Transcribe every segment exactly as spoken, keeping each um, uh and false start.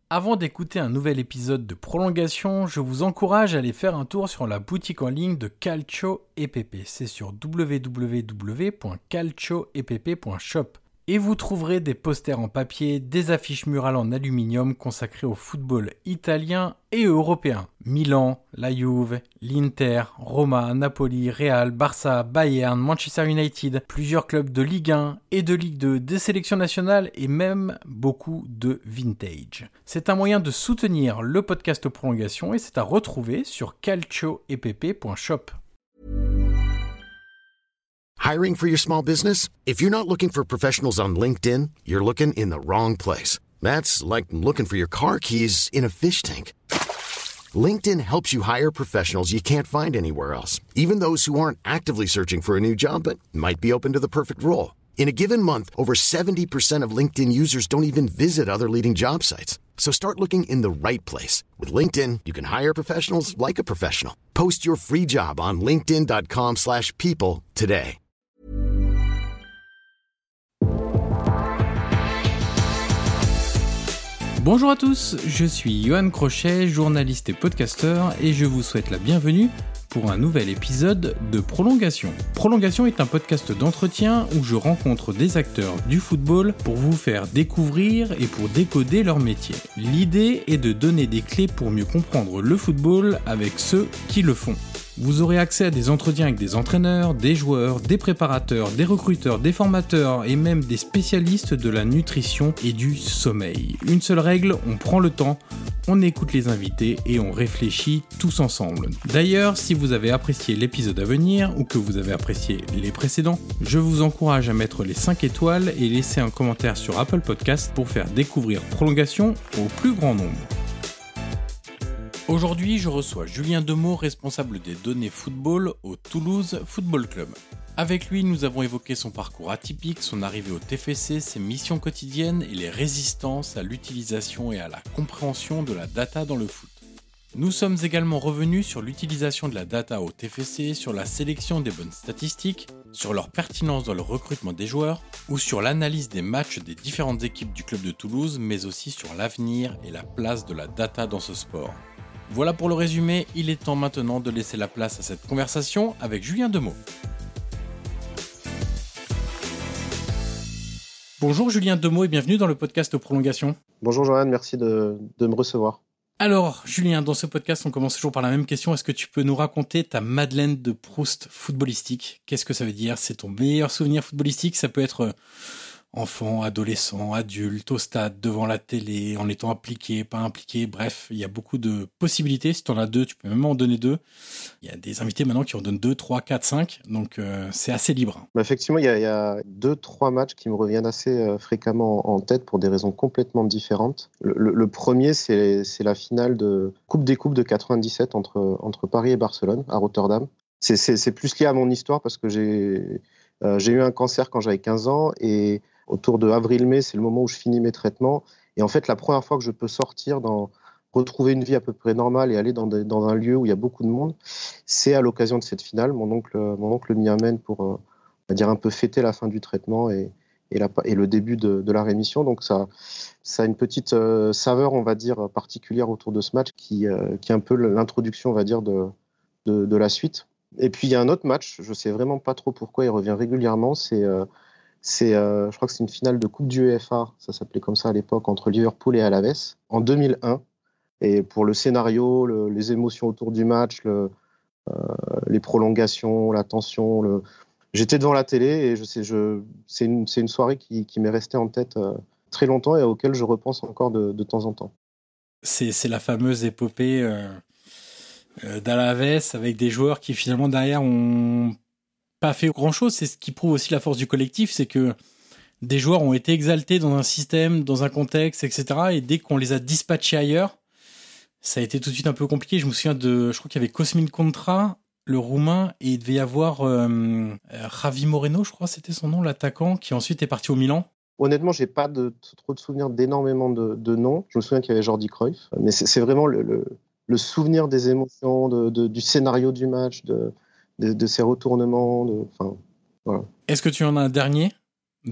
Avant d'écouter un nouvel épisode de Prolongation, je vous encourage à aller faire un tour sur la boutique en ligne de Calcio E P P. C'est sur w w w point calcio e p p point shop. Et vous trouverez des posters en papier, des affiches murales en aluminium consacrées au football italien et européen. Milan, la Juve, l'Inter, Roma, Napoli, Real, Barça, Bayern, Manchester United, plusieurs clubs de Ligue un et de Ligue deux, des sélections nationales et même beaucoup de vintage. C'est un moyen de soutenir le podcast Prolongation et c'est à retrouver sur calcio e p p point shop. Hiring for your small business? If you're not looking for professionals on LinkedIn, you're looking in the wrong place. That's like looking for your car keys in a fish tank. LinkedIn helps you hire professionals you can't find anywhere else, even those who aren't actively searching for a new job but might be open to the perfect role. In a given month, over seventy percent of LinkedIn users don't even visit other leading job sites. So start looking in the right place. With LinkedIn, you can hire professionals like a professional. Post your free job on linkedin dot com slash people today. Bonjour à tous, je suis Johan Crochet, journaliste et podcasteur, et je vous souhaite la bienvenue pour un nouvel épisode de Prolongation. Prolongation est un podcast d'entretien où je rencontre des acteurs du football pour vous faire découvrir et pour décoder leur métier. L'idée est de donner des clés pour mieux comprendre le football avec ceux qui le font. Vous aurez accès à des entretiens avec des entraîneurs, des joueurs, des préparateurs, des recruteurs, des formateurs et même des spécialistes de la nutrition et du sommeil. Une seule règle, on prend le temps, on écoute les invités et on réfléchit tous ensemble. D'ailleurs, si vous avez apprécié l'épisode à venir ou que vous avez apprécié les précédents, je vous encourage à mettre les cinq étoiles et laisser un commentaire sur Apple Podcast pour faire découvrir Prolongation au plus grand nombre. Aujourd'hui, je reçois Julien Demeaux, responsable des données football au Toulouse Football Club. Avec lui, nous avons évoqué son parcours atypique, son arrivée au T F C, ses missions quotidiennes et les résistances à l'utilisation et à la compréhension de la data dans le foot. Nous sommes également revenus sur l'utilisation de la data au T F C, sur la sélection des bonnes statistiques, sur leur pertinence dans le recrutement des joueurs, ou sur l'analyse des matchs des différentes équipes du club de Toulouse, mais aussi sur l'avenir et la place de la data dans ce sport. Voilà pour le résumé, il est temps maintenant de laisser la place à cette conversation avec Julien Demeaux. Bonjour Julien Demeaux et bienvenue dans le podcast Prolongation. Bonjour Johan, merci de, de me recevoir. Alors Julien, dans ce podcast on commence toujours par la même question, est-ce que tu peux nous raconter ta Madeleine de Proust footballistique ? Qu'est-ce que ça veut dire ? C'est ton meilleur souvenir footballistique ? Ça peut être enfant, adolescent, adulte, au stade, devant la télé, en étant impliqué, pas impliqué, bref, il y a beaucoup de possibilités. Si tu en as deux, tu peux même en donner deux. Il y a des invités maintenant qui en donnent deux, trois, quatre, cinq, donc euh, c'est assez libre. Bah effectivement, il y, a, il y a deux, trois matchs qui me reviennent assez euh, fréquemment en tête pour des raisons complètement différentes. Le, le, le premier, c'est, c'est la finale de Coupe des Coupes de quatre-vingt-dix-sept entre, entre Paris et Barcelone, à Rotterdam. C'est, c'est, c'est plus lié à mon histoire parce que j'ai, euh, j'ai eu un cancer quand j'avais quinze ans et autour de avril-mai, c'est le moment où je finis mes traitements. Et en fait, la première fois que je peux sortir, dans, retrouver une vie à peu près normale et aller dans, des, dans un lieu où il y a beaucoup de monde, c'est à l'occasion de cette finale. Mon oncle, mon oncle m'y amène pour, euh, on va dire, un peu fêter la fin du traitement et, et, la, et le début de, de la rémission. Donc ça, ça a une petite euh, saveur, on va dire, particulière autour de ce match qui, euh, qui est un peu l'introduction, on va dire, de, de, de la suite. Et puis, il y a un autre match, je ne sais vraiment pas trop pourquoi il revient régulièrement, c'est... Euh, C'est, euh, je crois que c'est une finale de Coupe du U E F A, ça s'appelait comme ça à l'époque, entre Liverpool et Alaves, en deux mille un. Et pour le scénario, le, les émotions autour du match, le, euh, les prolongations, la tension, le... j'étais devant la télé et je sais, je... c'est, une, c'est une soirée qui, qui m'est restée en tête euh, très longtemps et auquel je repense encore de, de temps en temps. C'est, c'est la fameuse épopée euh, euh, d'Alaves avec des joueurs qui finalement derrière ont pas fait grand chose. C'est ce qui prouve aussi la force du collectif, c'est que des joueurs ont été exaltés dans un système, dans un contexte, et cetera. Et dès qu'on les a dispatchés ailleurs, ça a été tout de suite un peu compliqué. Je me souviens de, je crois qu'il y avait Cosmin Contra, le roumain, et il devait y avoir euh, Javi Moreno, je crois c'était son nom, l'attaquant, qui ensuite est parti au Milan. Honnêtement, j'ai pas de, trop de souvenirs d'énormément de, de noms. Je me souviens qu'il y avait Jordi Cruyff, mais c'est, c'est vraiment le, le, le souvenir des émotions, de, de, du scénario du match, de De, de ces retournements. De, enfin, voilà. Est-ce que tu en as un dernier de match ?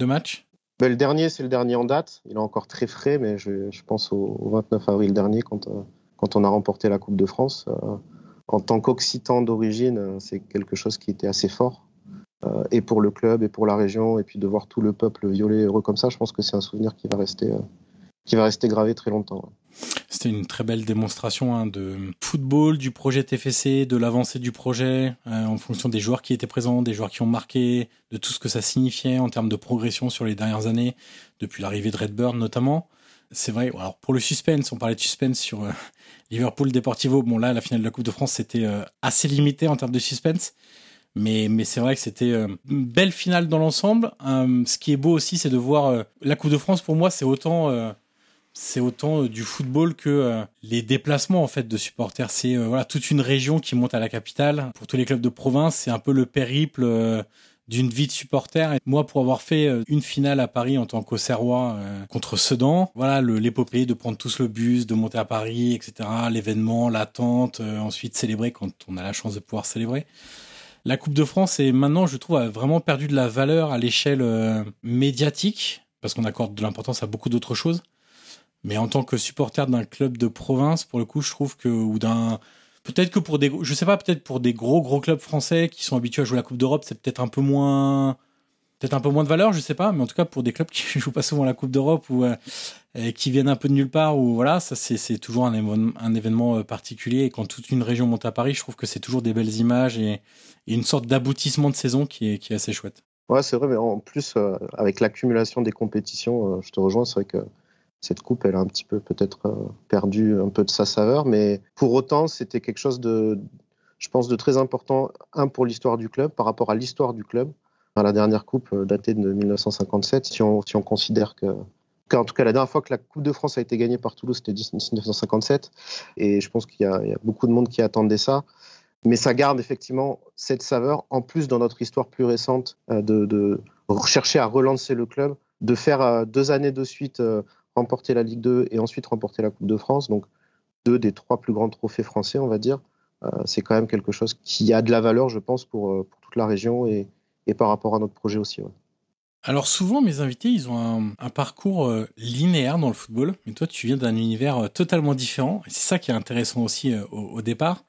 Ben, le dernier, c'est le dernier en date. Il est encore très frais, mais je, je pense au, au vingt-neuf avril dernier, quand, euh, quand on a remporté la Coupe de France. Euh, en tant qu'Occitan d'origine, euh, c'est quelque chose qui était assez fort. Euh, et pour le club, et pour la région, et puis de voir tout le peuple violet heureux comme ça, je pense que c'est un souvenir qui va rester, euh, qui va rester gravé très longtemps. Ouais. C'était une très belle démonstration hein, de football, du projet T F C, de l'avancée du projet, euh, en fonction des joueurs qui étaient présents, des joueurs qui ont marqué, de tout ce que ça signifiait en termes de progression sur les dernières années, depuis l'arrivée de Redburn notamment. C'est vrai, alors pour le suspense, on parlait de suspense sur euh, Liverpool Deportivo. Bon là, la finale de la Coupe de France, c'était euh, assez limité en termes de suspense. Mais, mais c'est vrai que c'était euh, une belle finale dans l'ensemble. Euh, ce qui est beau aussi, c'est de voir euh, la Coupe de France, pour moi, c'est autant... Euh, c'est autant euh, du football que euh, les déplacements en fait de supporters. C'est euh, voilà toute une région qui monte à la capitale. Pour tous les clubs de province, c'est un peu le périple euh, d'une vie de supporter. Et moi, pour avoir fait euh, une finale à Paris en tant qu'Auxerrois euh, contre Sedan, voilà le, l'épopée de prendre tous le bus, de monter à Paris, et cetera. L'événement, l'attente, euh, ensuite célébrer quand on a la chance de pouvoir célébrer. La Coupe de France est maintenant, je trouve, a vraiment perdu de la valeur à l'échelle euh, médiatique parce qu'on accorde de l'importance à beaucoup d'autres choses. Mais en tant que supporter d'un club de province, pour le coup, je trouve que, ou d'un, peut-être que pour des, je sais pas, peut-être pour des gros, gros clubs français qui sont habitués à jouer la Coupe d'Europe, c'est peut-être un peu moins, peut-être un peu moins de valeur, je sais pas, mais en tout cas, pour des clubs qui jouent pas souvent la Coupe d'Europe ou, euh, qui viennent un peu de nulle part ou voilà, ça, c'est, c'est toujours un événement, un événement particulier. Et quand toute une région monte à Paris, je trouve que c'est toujours des belles images et, et une sorte d'aboutissement de saison qui est, qui est assez chouette. Ouais, c'est vrai, mais en plus, euh, avec l'accumulation des compétitions, euh, je te rejoins, c'est vrai que cette coupe, elle a un petit peu peut-être euh, perdu un peu de sa saveur, mais pour autant, c'était quelque chose de, je pense, de très important, un, pour l'histoire du club, par rapport à l'histoire du club. Enfin, la dernière coupe euh, datée de dix-neuf cent cinquante-sept, si on, si on considère que, en tout cas, la dernière fois que la Coupe de France a été gagnée par Toulouse, c'était dix-neuf cent cinquante-sept, et je pense qu'il y a, il y a beaucoup de monde qui attendait ça. Mais ça garde effectivement cette saveur, en plus dans notre histoire plus récente, euh, de, de rechercher à relancer le club, de faire euh, deux années de suite euh, remporter la Ligue deux et ensuite remporter la Coupe de France, donc deux des trois plus grands trophées français, on va dire. Euh, c'est quand même quelque chose qui a de la valeur, je pense, pour, pour toute la région et, et par rapport à notre projet aussi. Ouais. Alors souvent, mes invités, ils ont un, un parcours euh, linéaire dans le football, mais toi, tu viens d'un univers euh, totalement différent, et c'est ça qui est intéressant aussi euh, au, au départ.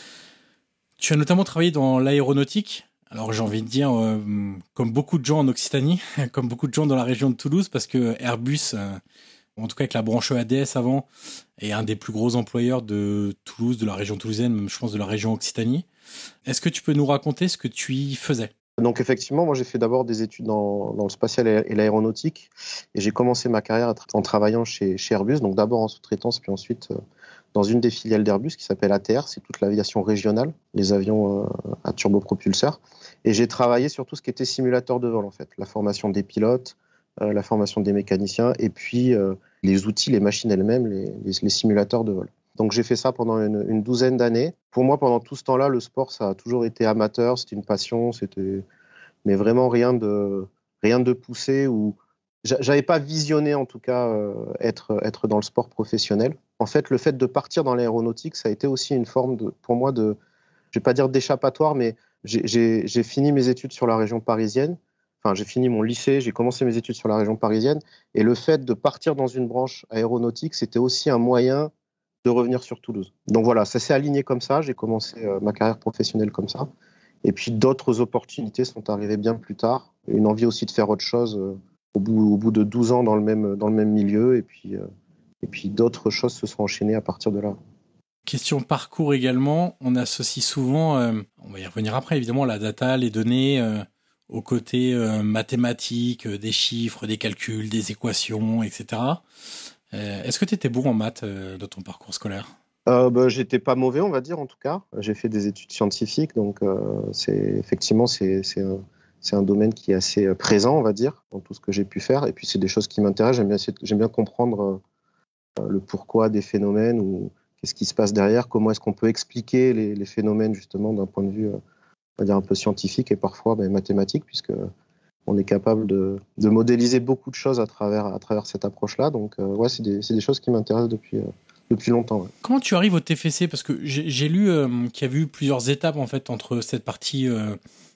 Tu as notamment travaillé dans l'aéronautique. Alors j'ai envie de dire, euh, comme beaucoup de gens en Occitanie, comme beaucoup de gens dans la région de Toulouse, parce que Airbus... Euh, en tout cas avec la branche E A D S avant, est un des plus gros employeurs de Toulouse, de la région toulousaine, même je pense de la région Occitanie. Est-ce que tu peux nous raconter ce que tu y faisais ? Donc effectivement, moi j'ai fait d'abord des études dans, dans le spatial et l'aéronautique, et j'ai commencé ma carrière en travaillant chez, chez Airbus, donc d'abord en sous-traitance, puis ensuite dans une des filiales d'Airbus qui s'appelle A T R, c'est toute l'aviation régionale, les avions à turbopropulseurs, et j'ai travaillé sur tout ce qui était simulateur de vol en fait, la formation des pilotes, Euh, la formation des mécaniciens et puis euh, les outils, les machines elles-mêmes, les, les, les simulateurs de vol. Donc j'ai fait ça pendant une, une douzaine d'années. Pour moi, pendant tout ce temps-là, le sport, ça a toujours été amateur, c'était une passion, c'était, mais vraiment rien de, rien de poussé ou j'avais pas visionné en tout cas euh, être, être dans le sport professionnel. En fait, le fait de partir dans l'aéronautique, ça a été aussi une forme de, pour moi de, je vais pas dire d'échappatoire, mais j'ai, j'ai, j'ai fini mes études sur la région parisienne. Enfin, j'ai fini mon lycée, j'ai commencé mes études sur la région parisienne, et le fait de partir dans une branche aéronautique, c'était aussi un moyen de revenir sur Toulouse. Donc voilà, ça s'est aligné comme ça, j'ai commencé euh, ma carrière professionnelle comme ça, et puis d'autres opportunités sont arrivées bien plus tard, une envie aussi de faire autre chose euh, au, bout, au bout de douze ans dans le même, dans le même milieu, et puis, euh, et puis d'autres choses se sont enchaînées à partir de là. Question parcours également, on associe souvent, euh, on va y revenir après évidemment, la data, les données... Euh... au côté euh, mathématiques, euh, des chiffres, des calculs, des équations, et cetera. Euh, est-ce que tu étais bon en maths euh, dans ton parcours scolaire ? euh, bah, J'étais pas mauvais, on va dire, en tout cas. J'ai fait des études scientifiques, donc euh, c'est, effectivement, c'est, c'est, un, c'est un domaine qui est assez présent, on va dire, dans tout ce que j'ai pu faire. Et puis, c'est des choses qui m'intéressent. J'aime bien, j'aime bien comprendre euh, le pourquoi des phénomènes ou qu'est-ce qui se passe derrière, comment est-ce qu'on peut expliquer les, les phénomènes, justement, d'un point de vue... Euh, on va dire un peu scientifique et parfois ben, mathématique, puisque on est capable de, de modéliser beaucoup de choses à travers, à travers cette approche-là. Donc, euh, ouais, c'est des, c'est des choses qui m'intéressent depuis, euh, depuis longtemps. Ouais. Comment tu arrives au T F C ? Parce que j'ai, j'ai lu euh, qu'il y avait eu plusieurs étapes en fait entre cette partie euh,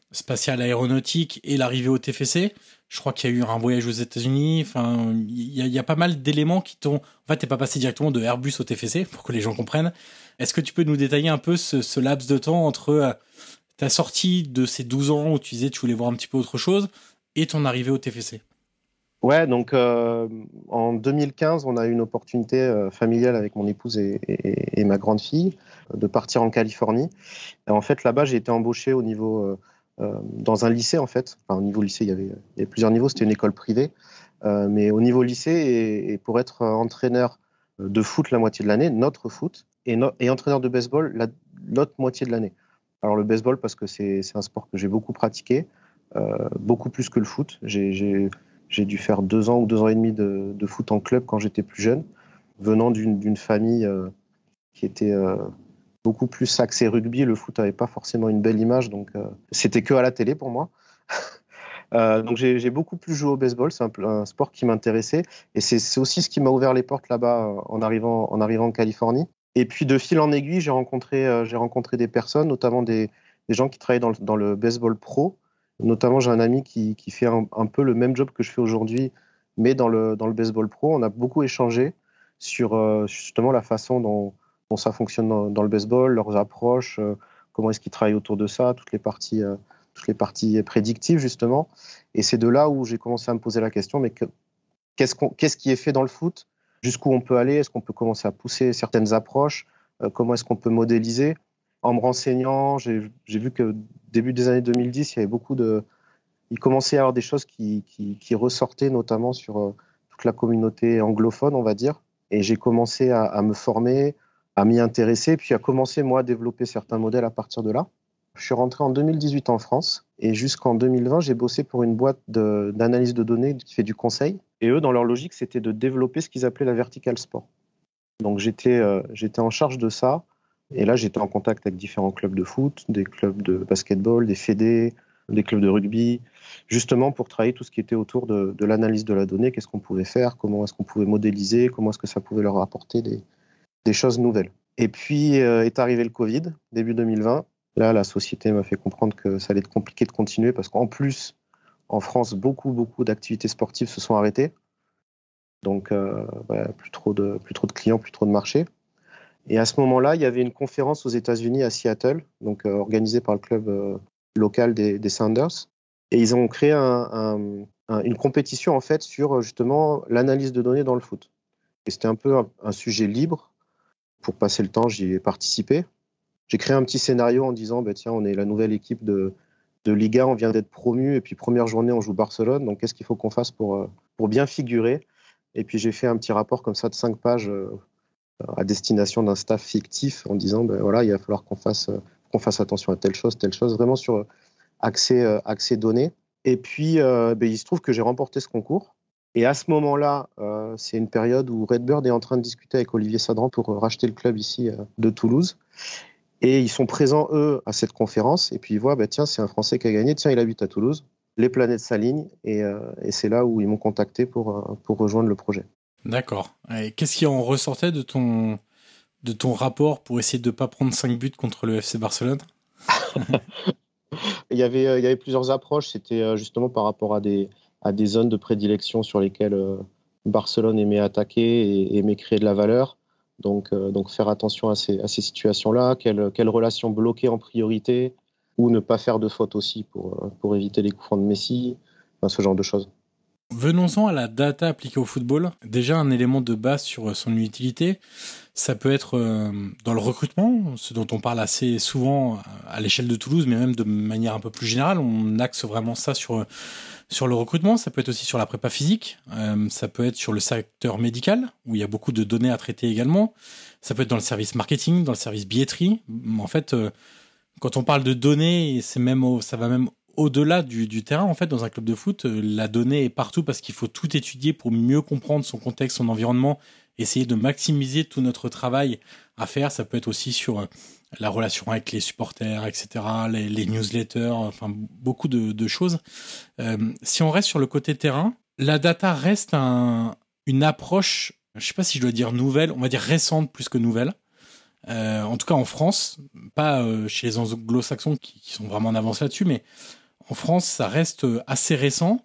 spatiale aéronautique et l'arrivée au T F C. Je crois qu'il y a eu un voyage aux États-Unis. Enfin, il y, y a pas mal d'éléments qui t'ont... En fait, t'es pas passé directement de Airbus au T F C, pour que les gens comprennent. Est-ce que tu peux nous détailler un peu ce, ce laps de temps entre euh, ta sortie de ces douze ans où tu disais que tu voulais voir un petit peu autre chose et ton arrivée au T F C? Ouais, donc euh, en deux mille quinze, on a eu une opportunité euh, familiale avec mon épouse et, et, et ma grande fille de partir en Californie. Et en fait, là-bas, j'ai été embauché au niveau... Euh, Euh, dans un lycée en fait. Enfin, au niveau lycée, il y avait, il y avait plusieurs niveaux, c'était une école privée, euh, mais au niveau lycée, et, et pour être entraîneur de foot la moitié de l'année, notre foot, et, no, et entraîneur de baseball la, l'autre moitié de l'année. Alors le baseball, parce que c'est, c'est un sport que j'ai beaucoup pratiqué, euh, beaucoup plus que le foot. J'ai, j'ai, j'ai dû faire deux ans ou deux ans et demi de, de foot en club quand j'étais plus jeune, venant d'une, d'une famille euh, qui était... Euh, beaucoup plus axé rugby. Le foot n'avait pas forcément une belle image, donc euh, c'était que à la télé pour moi. euh, donc j'ai, j'ai beaucoup plus joué au baseball, c'est un, un sport qui m'intéressait, et c'est, c'est aussi ce qui m'a ouvert les portes là-bas euh, en arrivant, en arrivant en Californie. Et puis de fil en aiguille, j'ai rencontré, euh, j'ai rencontré des personnes, notamment des, des gens qui travaillent dans le, dans le baseball pro. Notamment, j'ai un ami qui, qui fait un, un peu le même job que je fais aujourd'hui, mais dans le, dans le baseball pro. On a beaucoup échangé sur euh, justement la façon dont Bon, ça fonctionne dans, dans le baseball, leurs approches, euh, comment est-ce qu'ils travaillent autour de ça, toutes les parties, euh, toutes les parties prédictives justement. Et c'est de là où j'ai commencé à me poser la question, mais que, qu'est-ce, qu'on, qu'est-ce qui est fait dans le foot? Jusqu'où on peut aller? Est-ce qu'on peut commencer à pousser certaines approches? euh, Comment est-ce qu'on peut modéliser? En me renseignant, j'ai, j'ai vu que début des années deux mille dix, il y avait beaucoup de... Il commençait à y avoir des choses qui, qui, qui ressortaient, notamment sur euh, toute la communauté anglophone, on va dire. Et j'ai commencé à, à me former, à m'y intéresser, puis à commencer, moi, à développer certains modèles à partir de là. Je suis rentré en deux mille dix-huit en France, et jusqu'en deux mille vingt, j'ai bossé pour une boîte de, d'analyse de données qui fait du conseil. Et eux, dans leur logique, c'était de développer ce qu'ils appelaient la vertical sport. Donc j'étais, euh, j'étais en charge de ça, et là, j'étais en contact avec différents clubs de foot, des clubs de basketball, des fédés, des clubs de rugby, justement pour travailler tout ce qui était autour de, de l'analyse de la donnée, qu'est-ce qu'on pouvait faire, comment est-ce qu'on pouvait modéliser, comment est-ce que ça pouvait leur apporter des des choses nouvelles. Et puis euh, est arrivé le Covid, début deux mille vingt. Là, la société m'a fait comprendre que ça allait être compliqué de continuer parce qu'en plus, en France, beaucoup, beaucoup d'activités sportives se sont arrêtées. Donc, euh, bah, plus trop de, plus trop de clients, plus trop de marché. Et à ce moment-là, il y avait une conférence aux États-Unis à Seattle, donc euh, organisée par le club euh, local des, des Sounders. Et ils ont créé un, un, un, une compétition en fait sur justement l'analyse de données dans le foot. Et c'était un peu un, un sujet libre. Pour passer le temps, j'y ai participé. J'ai créé un petit scénario en disant bah, tiens, on est la nouvelle équipe de, de Liga, on vient d'être promu, et puis première journée, on joue Barcelone. Donc, qu'est-ce qu'il faut qu'on fasse pour, pour bien figurer? Et puis, j'ai fait un petit rapport comme ça de cinq pages euh, à destination d'un staff fictif en disant bah, voilà, il va falloir qu'on fasse, euh, qu'on fasse attention à telle chose, telle chose, vraiment sur accès, euh, accès données. Et puis, euh, bah, il se trouve que j'ai remporté ce concours. Et à ce moment-là, euh, c'est une période où Redbird est en train de discuter avec Olivier Sadran pour racheter le club ici euh, de Toulouse. Et ils sont présents, eux, à cette conférence. Et puis ils voient, bah, tiens, c'est un Français qui a gagné. Tiens, il habite à Toulouse. Les planètes s'alignent. Et, euh, et c'est là où ils m'ont contacté pour, euh, pour rejoindre le projet. D'accord. Et qu'est-ce qui en ressortait de ton, de ton rapport pour essayer de ne pas prendre cinq buts contre le F C Barcelone? il, y avait, il y avait plusieurs approches. C'était justement par rapport à des... à des zones de prédilection sur lesquelles euh, Barcelone aimait attaquer et, et aimait créer de la valeur. Donc, euh, donc faire attention à ces, à ces situations-là, quelles quelle relations bloquer en priorité, ou ne pas faire de faute aussi pour, pour éviter les coups francs de Messi, enfin, ce genre de choses. Venons-en à la data appliquée au football. Déjà, un élément de base sur son utilité, ça peut être euh, dans le recrutement, ce dont on parle assez souvent à l'échelle de Toulouse, mais même de manière un peu plus générale. On axe vraiment ça sur, sur le recrutement. Ça peut être aussi sur la prépa physique. Euh, ça peut être sur le secteur médical, où il y a beaucoup de données à traiter également. Ça peut être dans le service marketing, dans le service billetterie. En fait, euh, quand on parle de données, c'est même au, ça va même au-delà du, du terrain, en fait, dans un club de foot, la donnée est partout parce qu'il faut tout étudier pour mieux comprendre son contexte, son environnement, essayer de maximiser tout notre travail à faire. Ça peut être aussi sur la relation avec les supporters, et cetera, les, les newsletters, enfin, beaucoup de, de choses. Euh, si on reste sur le côté terrain, la data reste un, une approche, je ne sais pas si je dois dire nouvelle, on va dire récente plus que nouvelle. Euh, en tout cas en France, pas euh, chez les anglo-saxons qui, qui sont vraiment en avance là-dessus, mais en France, ça reste assez récent.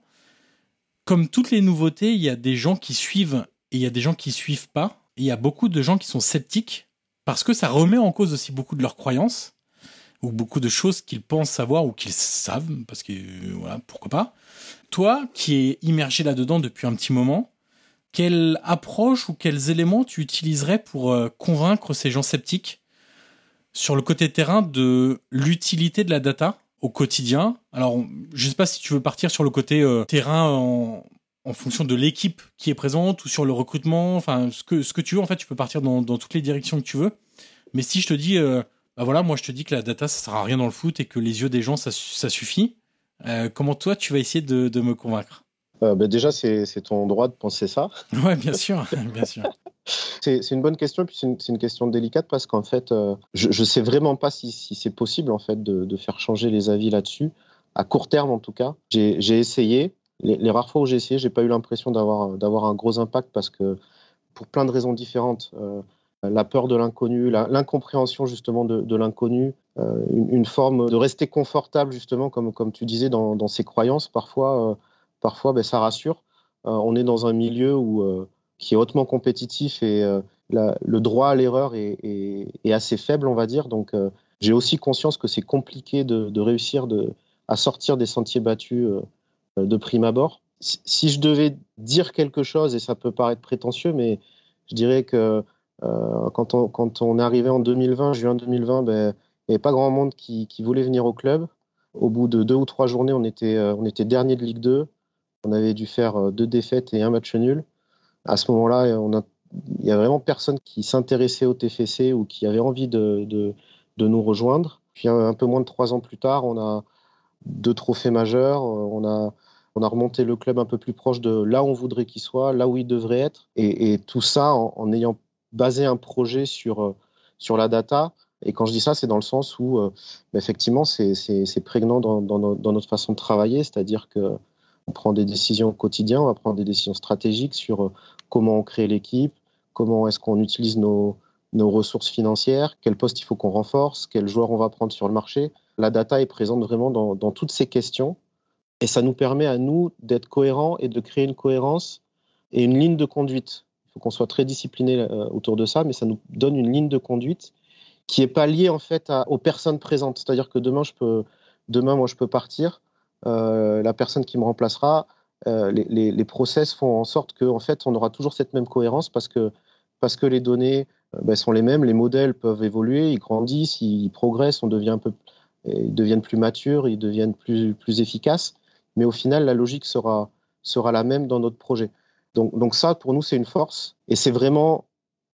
Comme toutes les nouveautés, il y a des gens qui suivent et il y a des gens qui suivent pas. Et il y a beaucoup de gens qui sont sceptiques parce que ça remet en cause aussi beaucoup de leurs croyances ou beaucoup de choses qu'ils pensent savoir ou qu'ils savent, parce que euh, voilà, pourquoi pas. Toi, qui es immergé là-dedans depuis un petit moment, quelle approche ou quels éléments tu utiliserais pour euh, convaincre ces gens sceptiques sur le côté terrain de l'utilité de la data au quotidien? Alors, je ne sais pas si tu veux partir sur le côté euh, terrain en, en fonction de l'équipe qui est présente ou sur le recrutement, enfin, ce que, ce que tu veux, en fait, tu peux partir dans, dans toutes les directions que tu veux. Mais si je te dis, euh, bah voilà, moi je te dis que la data, ça sert à rien dans le foot et que les yeux des gens, ça, ça suffit, euh, comment toi, tu vas essayer de, de me convaincre? Euh, bah déjà, c'est, c'est ton droit de penser ça. Ouais, bien sûr, bien sûr. C'est, c'est une bonne question, puis c'est une, c'est une question délicate parce qu'en fait, euh, je ne sais vraiment pas si, si c'est possible en fait de, de faire changer les avis là-dessus, à court terme en tout cas. J'ai, j'ai essayé, les, les rares fois où j'ai essayé, j'ai pas eu l'impression d'avoir, d'avoir un gros impact parce que pour plein de raisons différentes, euh, la peur de l'inconnu, la, l'incompréhension justement de, de l'inconnu, euh, une, une forme de rester confortable justement, comme, comme tu disais, dans, dans ses croyances, parfois, euh, parfois ben, ça rassure. Euh, on est dans un milieu où... Euh, qui est hautement compétitif et euh, la, le droit à l'erreur est, est, est assez faible, on va dire. Donc, euh, j'ai aussi conscience que c'est compliqué de, de réussir de, à sortir des sentiers battus euh, de prime abord. Si, si je devais dire quelque chose, et ça peut paraître prétentieux, mais je dirais que euh, quand, on, quand on est arrivé en deux mille vingt, juin deux mille vingt, ben, il n'y avait pas grand monde qui, qui voulait venir au club. Au bout de deux ou trois journées, on était, euh, on était dernier de Ligue deux. On avait dû faire deux défaites et un match nul. À ce moment-là, on a, il n'y a vraiment personne qui s'intéressait au T F C ou qui avait envie de, de, de nous rejoindre. Puis un, un peu moins de trois ans plus tard, on a deux trophées majeurs. On a, on a remonté le club un peu plus proche de là où on voudrait qu'il soit, là où il devrait être. Et, et tout ça en, en ayant basé un projet sur, sur la data. Et quand je dis ça, c'est dans le sens où, euh, effectivement, c'est, c'est, c'est prégnant dans, dans, dans notre façon de travailler. C'est-à-dire que on prend des décisions au quotidien, on va prendre des décisions stratégiques sur comment on crée l'équipe, comment est-ce qu'on utilise nos, nos ressources financières, quel poste il faut qu'on renforce, quel joueur on va prendre sur le marché. La data est présente vraiment dans, dans toutes ces questions et ça nous permet à nous d'être cohérents et de créer une cohérence et une ligne de conduite. Il faut qu'on soit très discipliné euh, autour de ça, mais ça nous donne une ligne de conduite qui n'est pas liée en fait à, aux personnes présentes. C'est-à-dire que demain, je peux, demain moi, je peux partir. Euh, la personne qui me remplacera, euh, les, les, les process font en sorte qu'en fait, on aura toujours cette même cohérence parce que, parce que les données euh, ben, sont les mêmes, les modèles peuvent évoluer, ils grandissent, ils, ils progressent, on devient un peu, ils deviennent plus matures, ils deviennent plus, plus efficaces, mais au final, la logique sera, sera la même dans notre projet. Donc, donc ça, pour nous, c'est une force et c'est vraiment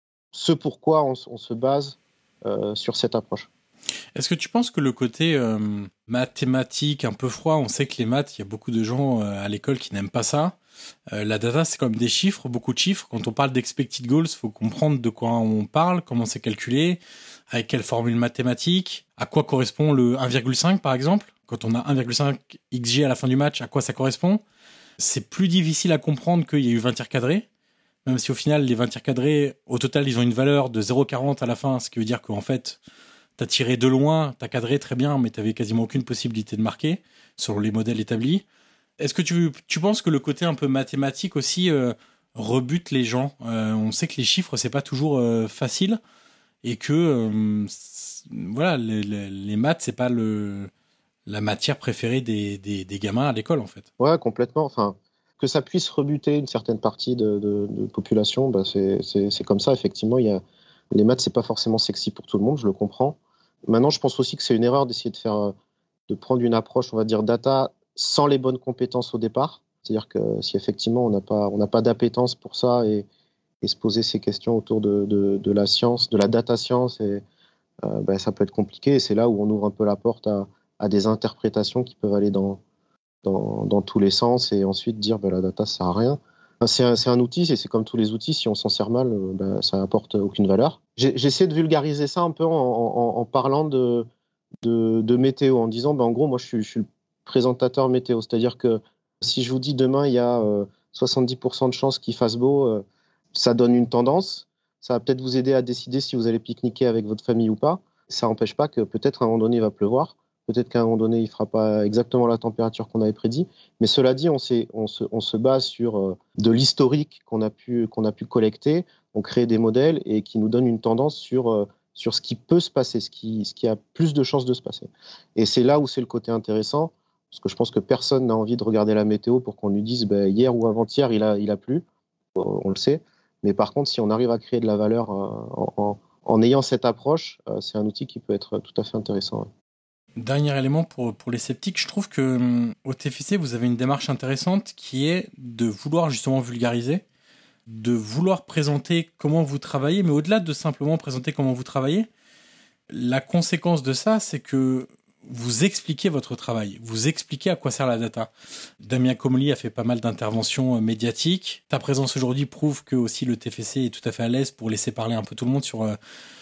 ce pourquoi on, on se base euh, sur cette approche. Est-ce que tu penses que le côté euh, mathématique un peu froid, on sait que les maths, il y a beaucoup de gens euh, à l'école qui n'aiment pas ça. Euh, la data, c'est comme des chiffres, beaucoup de chiffres. Quand on parle d'expected goals, il faut comprendre de quoi on parle, comment c'est calculé, avec quelle formule mathématique, à quoi correspond le un virgule cinq par exemple. Quand on a un virgule cinq X G à la fin du match, à quoi ça correspond. C'est plus difficile à comprendre qu'il y a eu vingt tirs cadrés, même si au final, les vingt tirs cadrés, au total, ils ont une valeur de zéro virgule quarante à la fin, ce qui veut dire qu'en fait, t'as tiré de loin, t'as cadré très bien, mais t'avais quasiment aucune possibilité de marquer sur les modèles établis. Est-ce que tu, tu penses que le côté un peu mathématique aussi euh, rebute les gens? euh, On sait que les chiffres, c'est pas toujours euh, facile et que euh, voilà, les, les, les maths, c'est pas le, la matière préférée des, des, des gamins à l'école, en fait. Ouais, complètement. Enfin, que ça puisse rebuter une certaine partie de, de, de population, bah c'est, c'est, c'est comme ça, effectivement. Il y a, les maths, c'est pas forcément sexy pour tout le monde, je le comprends. Maintenant, je pense aussi que c'est une erreur d'essayer de faire, de prendre une approche, on va dire, data sans les bonnes compétences au départ. C'est-à-dire que si effectivement on n'a pas, on n'a pas d'appétence pour ça et, et se poser ces questions autour de, de, de la science, de la data science, et, euh, ben, ça peut être compliqué. Et c'est là où on ouvre un peu la porte à, à des interprétations qui peuvent aller dans, dans, dans tous les sens et ensuite dire ben, la data ça sert à rien. C'est un, c'est un outil, et c'est comme tous les outils, si on s'en sert mal, ben, ça n'apporte aucune valeur. J'ai, j'essaie de vulgariser ça un peu en, en, en parlant de, de, de météo, en disant, ben, en gros, moi, je suis, je suis le présentateur météo. C'est-à-dire que si je vous dis demain, il y a euh, soixante-dix pour cent de chances qu'il fasse beau, euh, ça donne une tendance. ça va peut-être vous aider à décider si vous allez pique-niquer avec votre famille ou pas. Ça n'empêche pas que peut-être à un moment donné, il va pleuvoir. Peut-être qu'à un moment donné, il ne fera pas exactement la température qu'on avait prédit. Mais cela dit, on, s'est, on, se, on se base sur euh, de l'historique qu'on a, pu, qu'on a pu collecter. On crée des modèles et qui nous donnent une tendance sur, euh, sur ce qui peut se passer, ce qui, ce qui a plus de chances de se passer. Et c'est là où c'est le côté intéressant, parce que je pense que personne n'a envie de regarder la météo pour qu'on lui dise ben, hier ou avant-hier, il a, il a plu. On le sait. Mais par contre, si on arrive à créer de la valeur euh, en, en, en ayant cette approche, euh, c'est un outil qui peut être tout à fait intéressant. Ouais. Dernier élément pour, pour les sceptiques, je trouve que au T F C, vous avez une démarche intéressante qui est de vouloir justement vulgariser, de vouloir présenter comment vous travaillez, mais au-delà de simplement présenter comment vous travaillez, la conséquence de ça, c'est que vous expliquez votre travail, vous expliquez à quoi sert la data. Damien Comolli a fait pas mal d'interventions médiatiques. Ta présence aujourd'hui prouve que aussi le T F C est tout à fait à l'aise pour laisser parler un peu tout le monde sur...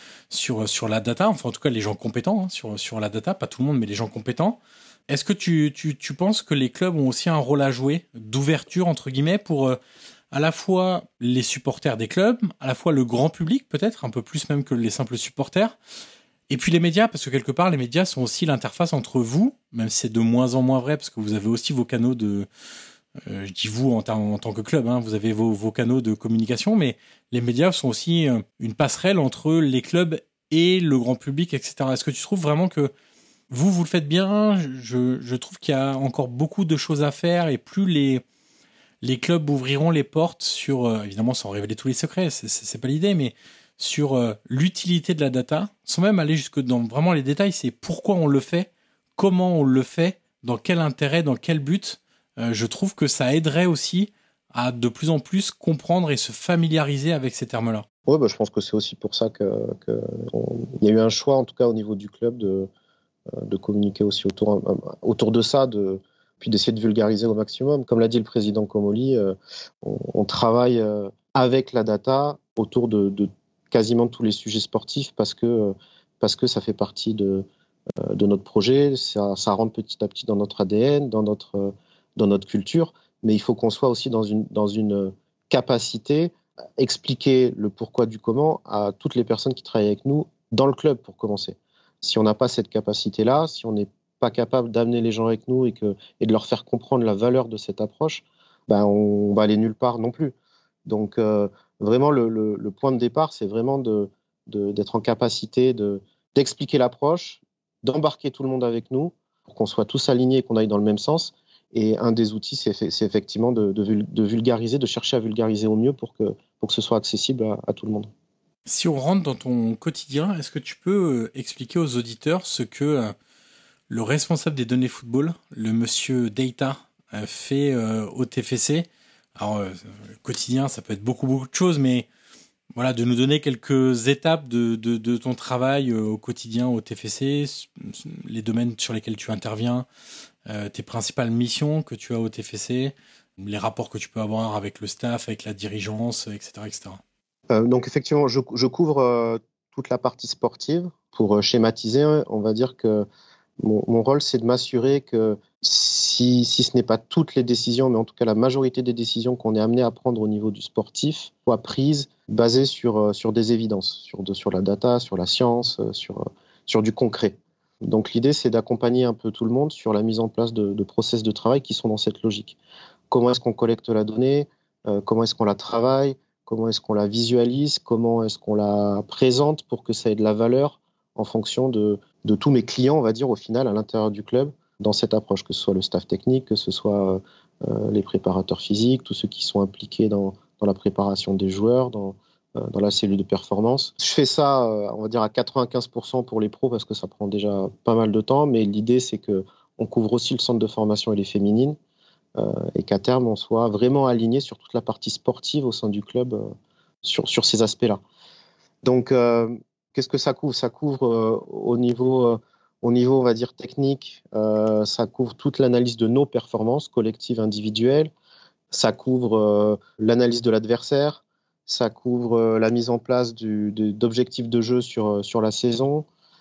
Sur, sur la data, enfin en tout cas les gens compétents hein, sur, sur la data, pas tout le monde mais les gens compétents. Est-ce que tu, tu, tu penses que les clubs ont aussi un rôle à jouer d'ouverture entre guillemets pour euh, à la fois les supporters des clubs, à la fois le grand public peut-être, un peu plus même que les simples supporters, et puis les médias, parce que quelque part les médias sont aussi l'interface entre vous, même si c'est de moins en moins vrai parce que vous avez aussi vos canaux de... Euh, je dis vous en, en, en tant que club, hein, vous avez vos, vos canaux de communication, mais les médias sont aussi euh, une passerelle entre les clubs et le grand public, et cetera. Est-ce que tu trouves vraiment que vous, vous le faites bien ? je, je trouve qu'il y a encore beaucoup de choses à faire et plus les, les clubs ouvriront les portes sur, euh, évidemment sans révéler tous les secrets, c'est, c'est, c'est pas l'idée, mais sur euh, l'utilité de la data, sans même aller jusque dans vraiment les détails, c'est pourquoi on le fait, comment on le fait, dans quel intérêt, dans quel but. Euh, je trouve que ça aiderait aussi à de plus en plus comprendre et se familiariser avec ces termes-là. Oui, bah, je pense que c'est aussi pour ça qu'il que y a eu un choix, en tout cas au niveau du club, de, de communiquer aussi autour, autour de ça, de, puis d'essayer de vulgariser au maximum. Comme l'a dit le président Comolli, euh, on, on travaille euh, avec la data autour de, de quasiment tous les sujets sportifs parce que, parce que ça fait partie de, de notre projet, ça, ça rentre petit à petit dans notre A D N, dans notre... dans notre culture, mais il faut qu'on soit aussi dans une, dans une capacité à expliquer le pourquoi du comment à toutes les personnes qui travaillent avec nous dans le club, pour commencer. Si on n'a pas cette capacité-là, si on n'est pas capable d'amener les gens avec nous et, que, et de leur faire comprendre la valeur de cette approche, ben on va aller nulle part non plus. Donc euh, vraiment, le, le, le point de départ, c'est vraiment de, de, d'être en capacité de, d'expliquer l'approche, d'embarquer tout le monde avec nous, pour qu'on soit tous alignés et qu'on aille dans le même sens. Et un des outils, c'est, c'est effectivement de, de, de vulgariser, de chercher à vulgariser au mieux pour que, pour que ce soit accessible à, à tout le monde. Si on rentre dans ton quotidien, est-ce que tu peux expliquer aux auditeurs ce que euh, le responsable des données football, le monsieur Data, euh, fait euh, au T F C ? Alors, euh, le quotidien, ça peut être beaucoup, beaucoup de choses, mais voilà, de nous donner quelques étapes de, de, de ton travail euh, au quotidien au T F C, les domaines sur lesquels tu interviens, Euh, tes principales missions que tu as au T F C, les rapports que tu peux avoir avec le staff, avec la dirigeance, et cetera et cetera. Euh, donc effectivement, je, je couvre euh, toute la partie sportive. Pour euh, schématiser, on va dire que mon, mon rôle, c'est de m'assurer que si, si ce n'est pas toutes les décisions, mais en tout cas la majorité des décisions qu'on est amené à prendre au niveau du sportif, soient prises basées sur, euh, sur des évidences, sur, de, sur la data, sur la science, euh, sur, euh, sur du concret. Donc l'idée, c'est d'accompagner un peu tout le monde sur la mise en place de, de process de travail qui sont dans cette logique. Comment est-ce qu'on collecte la donnée ? euh, Comment est-ce qu'on la travaille ? Comment est-ce qu'on la visualise ? Comment est-ce qu'on la présente pour que ça ait de la valeur en fonction de, de tous mes clients, on va dire, au final, à l'intérieur du club, dans cette approche, que ce soit le staff technique, que ce soit euh, les préparateurs physiques, tous ceux qui sont impliqués dans, dans la préparation des joueurs, dans... dans la cellule de performance. Je fais ça, on va dire, à quatre-vingt-quinze pour cent pour les pros parce que ça prend déjà pas mal de temps, mais l'idée, c'est qu'on couvre aussi le centre de formation et les féminines euh, et qu'à terme, on soit vraiment aligné sur toute la partie sportive au sein du club euh, sur, sur ces aspects-là. Donc, euh, qu'est-ce que ça couvre ? Ça couvre euh, au niveau, euh, au niveau, on va dire, technique, euh, ça couvre toute l'analyse de nos performances collectives, individuelles, ça couvre euh, l'analyse de l'adversaire, ça couvre la mise en place du, de, d'objectifs de jeu sur, sur la saison,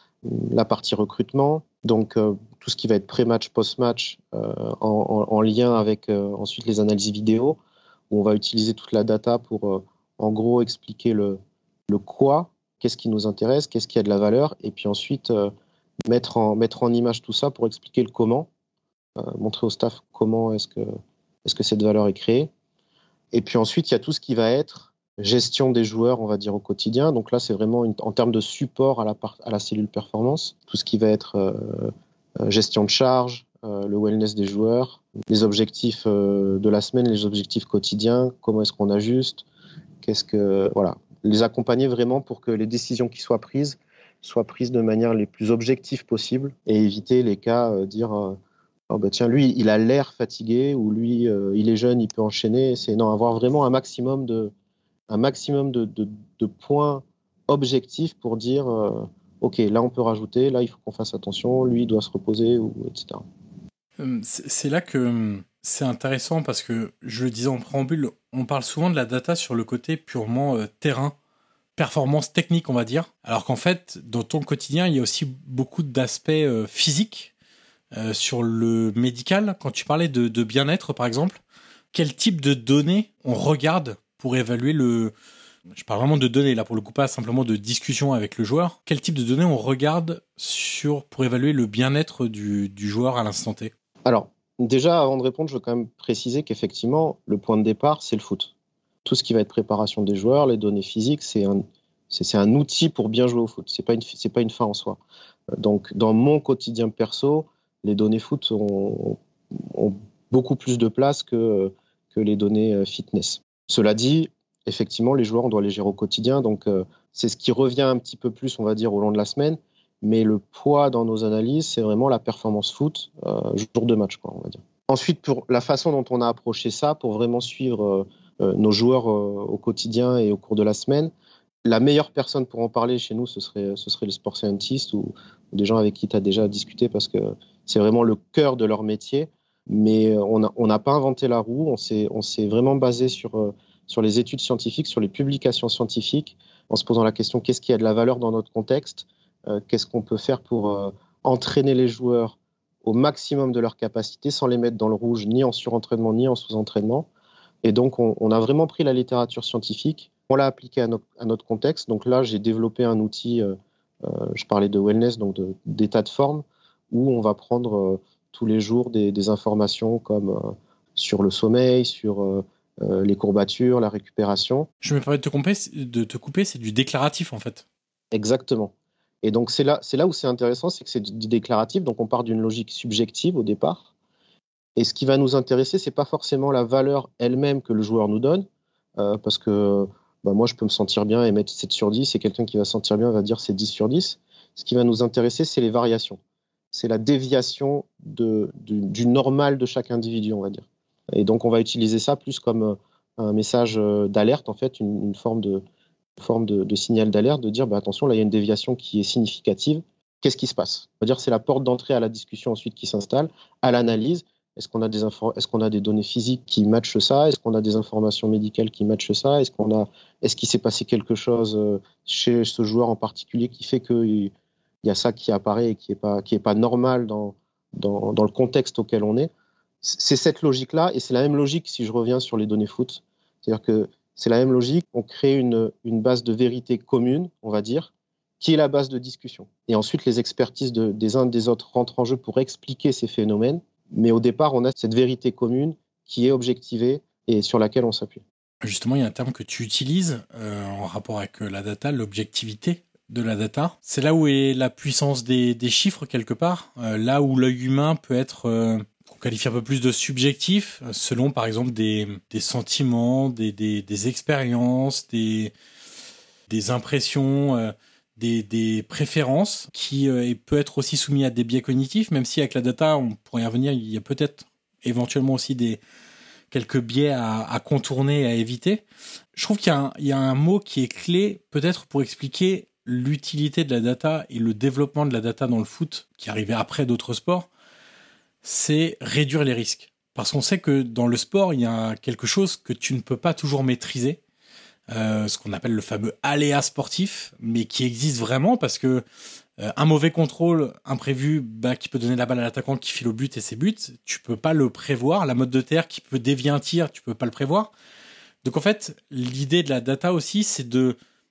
la partie recrutement, donc euh, tout ce qui va être pré-match, post-match, euh, en, en, en lien avec euh, ensuite les analyses vidéo, où on va utiliser toute la data pour, euh, en gros, expliquer le, le quoi, qu'est-ce qui nous intéresse, qu'est-ce qui a de la valeur, et puis ensuite euh, mettre, en, mettre en image tout ça pour expliquer le comment, euh, montrer au staff comment est-ce que, est-ce que cette valeur est créée. Et puis ensuite, il y a tout ce qui va être gestion des joueurs, on va dire, au quotidien. Donc là, c'est vraiment une, en termes de support à la, part, à la cellule performance, tout ce qui va être euh, euh, gestion de charge, euh, le wellness des joueurs, les objectifs euh, de la semaine, les objectifs quotidiens, comment est-ce qu'on ajuste, qu'est-ce que... Voilà. Les accompagner vraiment pour que les décisions qui soient prises soient prises de manière les plus objectives possible et éviter les cas, euh, dire euh, oh bah tiens, lui, il a l'air fatigué ou lui, euh, il est jeune, il peut enchaîner. C'est non, avoir vraiment un maximum de, un maximum de, de, de points objectifs pour dire euh, ok, là on peut rajouter, là il faut qu'on fasse attention, lui il doit se reposer, ou, et cetera. C'est là que c'est intéressant parce que, je le disais en préambule, on parle souvent de la data sur le côté purement euh, terrain, performance technique, on va dire. Alors qu'en fait, dans ton quotidien, il y a aussi beaucoup d'aspects euh, physiques. Euh, sur le médical, quand tu parlais de, de bien-être, par exemple, quel type de données on regarde pour évaluer le... Je parle vraiment de données, là, pour le coup, pas simplement de discussion avec le joueur. Quel type de données on regarde sur, pour évaluer le bien-être du, du joueur à l'instant T ? Alors, déjà, avant de répondre, je veux quand même préciser qu'effectivement, le point de départ, c'est le foot. Tout ce qui va être préparation des joueurs, les données physiques, c'est un, c'est, c'est un outil pour bien jouer au foot. C'est pas une, c'est pas une fin en soi. Donc, dans mon quotidien perso, les données foot ont, ont beaucoup plus de place que, que les données fitness. Cela dit, effectivement, les joueurs, on doit les gérer au quotidien. Donc, euh, c'est ce qui revient un petit peu plus, on va dire, au long de la semaine. Mais le poids dans nos analyses, c'est vraiment la performance foot, euh, jour de match, quoi, on va dire. Ensuite, pour la façon dont on a approché ça, pour vraiment suivre euh, nos joueurs euh, au quotidien et au cours de la semaine, la meilleure personne pour en parler chez nous, ce serait, ce serait les sport scientists ou, ou des gens avec qui tu as déjà discuté parce que c'est vraiment le cœur de leur métier. Mais on n'a on n'a pas inventé la roue, on s'est, on s'est vraiment basé sur, euh, sur les études scientifiques, sur les publications scientifiques, en se posant la question qu'est-ce qui a de la valeur dans notre contexte, euh, qu'est-ce qu'on peut faire pour euh, entraîner les joueurs au maximum de leur capacité sans les mettre dans le rouge, ni en surentraînement, ni en sous-entraînement. Et donc, on, on a vraiment pris la littérature scientifique, on l'a appliquée à, no- à notre contexte. Donc là, j'ai développé un outil, euh, euh, je parlais de wellness, donc de, d'état de forme, où on va prendre euh, tous les jours des, des informations comme euh, sur le sommeil, sur euh, euh, les courbatures, la récupération. Je me permets de te couper, de te couper, c'est du déclaratif en fait. Exactement. Et donc c'est là, c'est là où c'est intéressant, c'est que c'est du déclaratif, donc on part d'une logique subjective au départ. Et ce qui va nous intéresser, c'est pas forcément la valeur elle-même que le joueur nous donne, euh, parce que bah, moi je peux me sentir bien et mettre sept sur dix, et quelqu'un qui va se sentir bien va dire c'est dix sur dix. Ce qui va nous intéresser, c'est les variations. C'est la déviation de, du, du normal de chaque individu, on va dire. Et donc on va utiliser ça plus comme un message d'alerte, en fait, une, une forme de forme de, de signal d'alerte, de dire bah, attention, là il y a une déviation qui est significative, qu'est-ce qui se passe ? On va dire c'est la porte d'entrée à la discussion ensuite qui s'installe, à l'analyse. Est-ce qu'on a des infos, est-ce qu'on a des données physiques qui matchent ça ? Est-ce qu'on a des informations médicales qui matchent ça ? Est-ce qu'on a, est-ce qu'il s'est passé quelque chose chez ce joueur en particulier qui fait qu'il y a ça qui apparaît et qui n'est pas, qui est pas normal dans, dans, dans le contexte auquel on est ? C'est cette logique-là, et c'est la même logique si je reviens sur les données foot. C'est-à-dire que c'est la même logique, on crée une, une base de vérité commune, on va dire, qui est la base de discussion. Et ensuite, les expertises de, des uns et des autres rentrent en jeu pour expliquer ces phénomènes. Mais au départ, on a cette vérité commune qui est objectivée et sur laquelle on s'appuie. Justement, il y a un terme que tu utilises euh, en rapport avec la data, l'objectivité de la data. C'est là où est la puissance des, des chiffres, quelque part. Euh, là où l'œil humain peut être... Euh, qu'on qualifie un peu plus de subjectif, selon par exemple des, des sentiments, des, des, des expériences, des, des impressions, euh, des, des préférences, qui euh, peut être aussi soumis à des biais cognitifs, même si avec la data, on pourrait y revenir, il y a peut-être éventuellement aussi des, quelques biais à, à contourner et à éviter. Je trouve qu'il y a, un, il y a un mot qui est clé, peut-être pour expliquer l'utilité de la data et le développement de la data dans le foot, qui arrivait après d'autres sports, c'est réduire les risques. Parce qu'on sait que dans le sport, il y a quelque chose que tu ne peux pas toujours maîtriser, euh, ce qu'on appelle le fameux aléa sportif, mais qui existe vraiment parce que euh, un mauvais contrôle imprévu bah, qui peut donner la balle à l'attaquant qui file au but et ses buts, tu peux pas le prévoir. La mode de terre qui peut dévier un tir, tu peux pas le prévoir. Donc en fait, l'idée de la data aussi, c'est de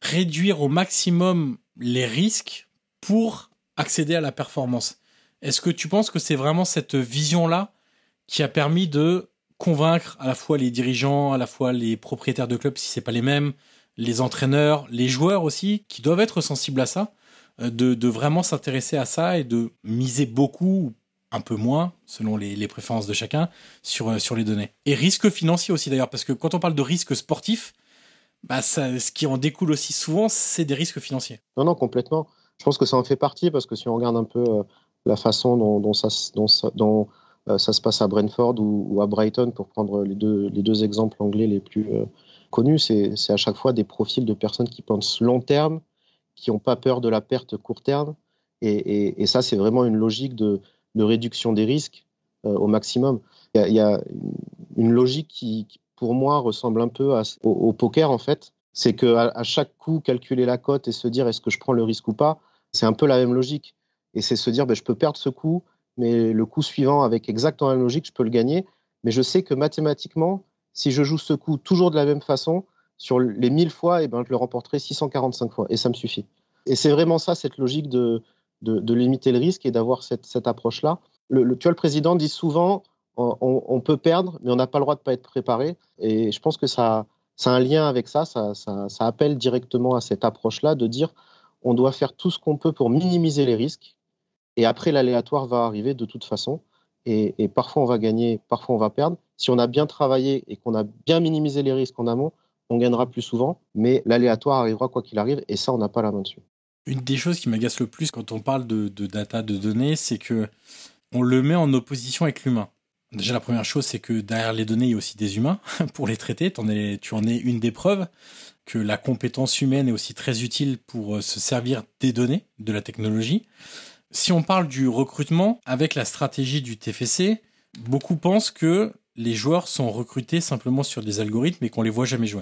réduire au maximum les risques pour accéder à la performance. Est-ce que tu penses que c'est vraiment cette vision-là qui a permis de convaincre à la fois les dirigeants, à la fois les propriétaires de clubs, si c'est pas les mêmes, les entraîneurs, les joueurs aussi, qui doivent être sensibles à ça, de, de vraiment s'intéresser à ça et de miser beaucoup, un peu moins, selon les, les préférences de chacun, sur, sur les données. Et risque financier aussi d'ailleurs, parce que quand on parle de risque sportif, bah ça, ce qui en découle aussi souvent, c'est des risques financiers. Non, non, complètement. Je pense que ça en fait partie, parce que si on regarde un peu euh, la façon dont, dont, ça, dont, ça, dont euh, ça se passe à Brentford ou, ou à Brighton, pour prendre les deux, les deux exemples anglais les plus euh, connus, c'est, c'est à chaque fois des profils de personnes qui pensent long terme, qui n'ont pas peur de la perte court terme. Et, et, et ça, c'est vraiment une logique de, de réduction des risques euh, au maximum. Il y a, il y a une logique qui, qui, pour moi, ressemble un peu à, au, au poker, en fait. C'est qu'à à chaque coup, calculer la cote et se dire est-ce que je prends le risque ou pas, c'est un peu la même logique. Et c'est se dire ben, je peux perdre ce coup, mais le coup suivant, avec exactement la même logique, je peux le gagner. Mais je sais que mathématiquement, si je joue ce coup toujours de la même façon, sur les mille fois, eh ben, je le remporterai six cent quarante-cinq fois. Et ça me suffit. Et c'est vraiment ça, cette logique de, de, de limiter le risque et d'avoir cette, cette approche-là. Le, le, tu vois, le président dit souvent on, on peut perdre, mais on n'a pas le droit de ne pas être préparé. Et je pense que ça, ça a un lien avec ça, ça, ça. Ça appelle directement à cette approche-là de dire on doit faire tout ce qu'on peut pour minimiser les risques. Et après, l'aléatoire va arriver de toute façon. Et, et parfois, on va gagner, parfois, on va perdre. Si on a bien travaillé et qu'on a bien minimisé les risques en amont, on gagnera plus souvent. Mais l'aléatoire arrivera quoi qu'il arrive. Et ça, on n'a pas la main dessus. Une des choses qui m'agace le plus quand on parle de, de data, de données, c'est que on le met en opposition avec l'humain. Déjà, la première chose, c'est que derrière les données, il y a aussi des humains pour les traiter. T'en es, tu en es une des preuves que la compétence humaine est aussi très utile pour se servir des données, de la technologie. Si on parle du recrutement, avec la stratégie du T F C, beaucoup pensent que les joueurs sont recrutés simplement sur des algorithmes et qu'on les voit jamais jouer.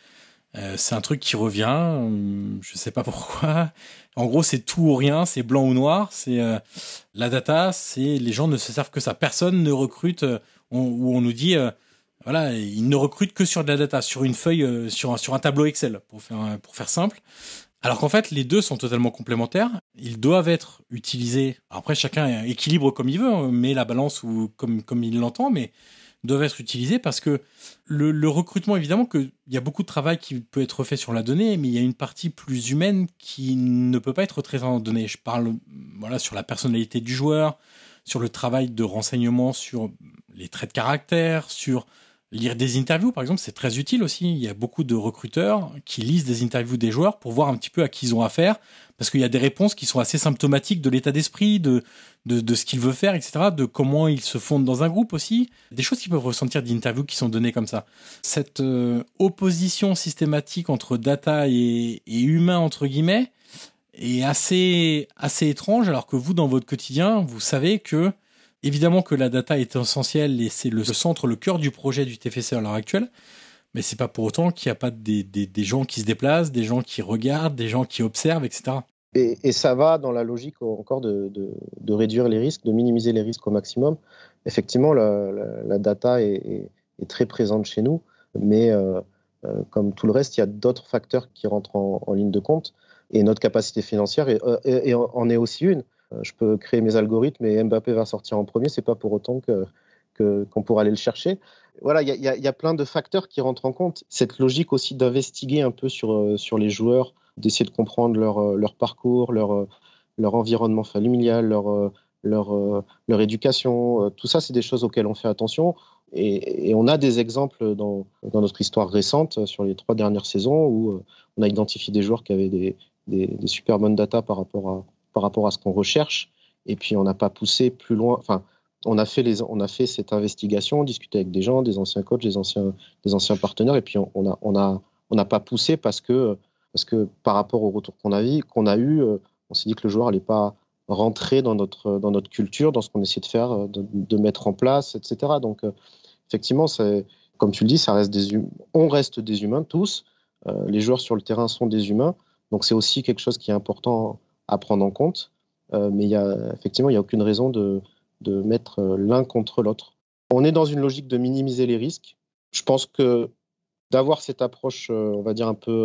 Euh, c'est un truc qui revient, euh, je sais pas pourquoi. En gros, c'est tout ou rien, c'est blanc ou noir. C'est euh, la data, c'est les gens ne se servent que ça. Personne ne recrute euh, on, où on nous dit, euh, voilà, ils ne recrutent que sur de la data, sur une feuille, euh, sur un, sur un tableau Excel, pour faire pour faire simple. Alors qu'en fait, les deux sont totalement complémentaires. Ils doivent être utilisés. Après, chacun équilibre comme il veut, hein, met la balance ou comme comme il l'entend, mais doivent être utilisés parce que le, le recrutement, évidemment, qu'il y a beaucoup de travail qui peut être fait sur la donnée, mais il y a une partie plus humaine qui ne peut pas être traitée en donnée. Je parle voilà, sur la personnalité du joueur, sur le travail de renseignement, sur les traits de caractère, sur lire des interviews, par exemple, c'est très utile aussi. Il y a beaucoup de recruteurs qui lisent des interviews des joueurs pour voir un petit peu à qui ils ont affaire, parce qu'il y a des réponses qui sont assez symptomatiques de l'état d'esprit, de, de, de ce qu'il veut faire, et cetera, de comment ils se fondent dans un groupe aussi. Des choses qu'ils peuvent ressentir d'interviews qui sont données comme ça. Cette euh, opposition systématique entre data et, et humain, entre guillemets, est assez, assez étrange, alors que vous, dans votre quotidien, vous savez que évidemment que la data est essentielle et c'est le centre, le cœur du projet du T F C à l'heure actuelle, mais c'est pas pour autant qu'il n'y a pas des, des, des gens qui se déplacent, des gens qui regardent, des gens qui observent, et cetera. Et, et ça va dans la logique encore de, de, de réduire les risques, de minimiser les risques au maximum. Effectivement, la, la, la data est, est, est très présente chez nous, mais euh, euh, comme tout le reste, il y a d'autres facteurs qui rentrent en, en ligne de compte, et notre capacité financière est, est, est, en est aussi une. Je peux créer mes algorithmes et Mbappé va sortir en premier, c'est pas pour autant que, que, qu'on pourra aller le chercher. Voilà, il y, y, y a plein de facteurs qui rentrent en compte. Cette logique aussi d'investiguer un peu sur, sur les joueurs, d'essayer de comprendre leur, leur parcours, leur, leur environnement familial, leur, leur, leur éducation, tout ça, c'est des choses auxquelles on fait attention. Et, et on a des exemples dans, dans notre histoire récente, sur les trois dernières saisons, où on a identifié des joueurs qui avaient des, des, des super bonnes data par rapport à par rapport à ce qu'on recherche, et puis on n'a pas poussé plus loin, enfin, on a fait, les, on a fait cette investigation, discuté avec des gens, des anciens coachs, des anciens, des anciens partenaires, et puis on n'a on a, on a pas poussé parce que, parce que par rapport au retour qu'on a, vu, qu'on a eu, on s'est dit que le joueur n'allait pas rentrer dans notre, dans notre culture, dans ce qu'on essaie de faire, de, de mettre en place, et cetera. Donc, effectivement, c'est, comme tu le dis, ça reste des hum- on reste des humains tous, euh, les joueurs sur le terrain sont des humains, donc c'est aussi quelque chose qui est important à prendre en compte, euh, mais il y a, effectivement, il n'y a aucune raison de, de mettre l'un contre l'autre. On est dans une logique de minimiser les risques. Je pense que d'avoir cette approche, euh, on va dire, un peu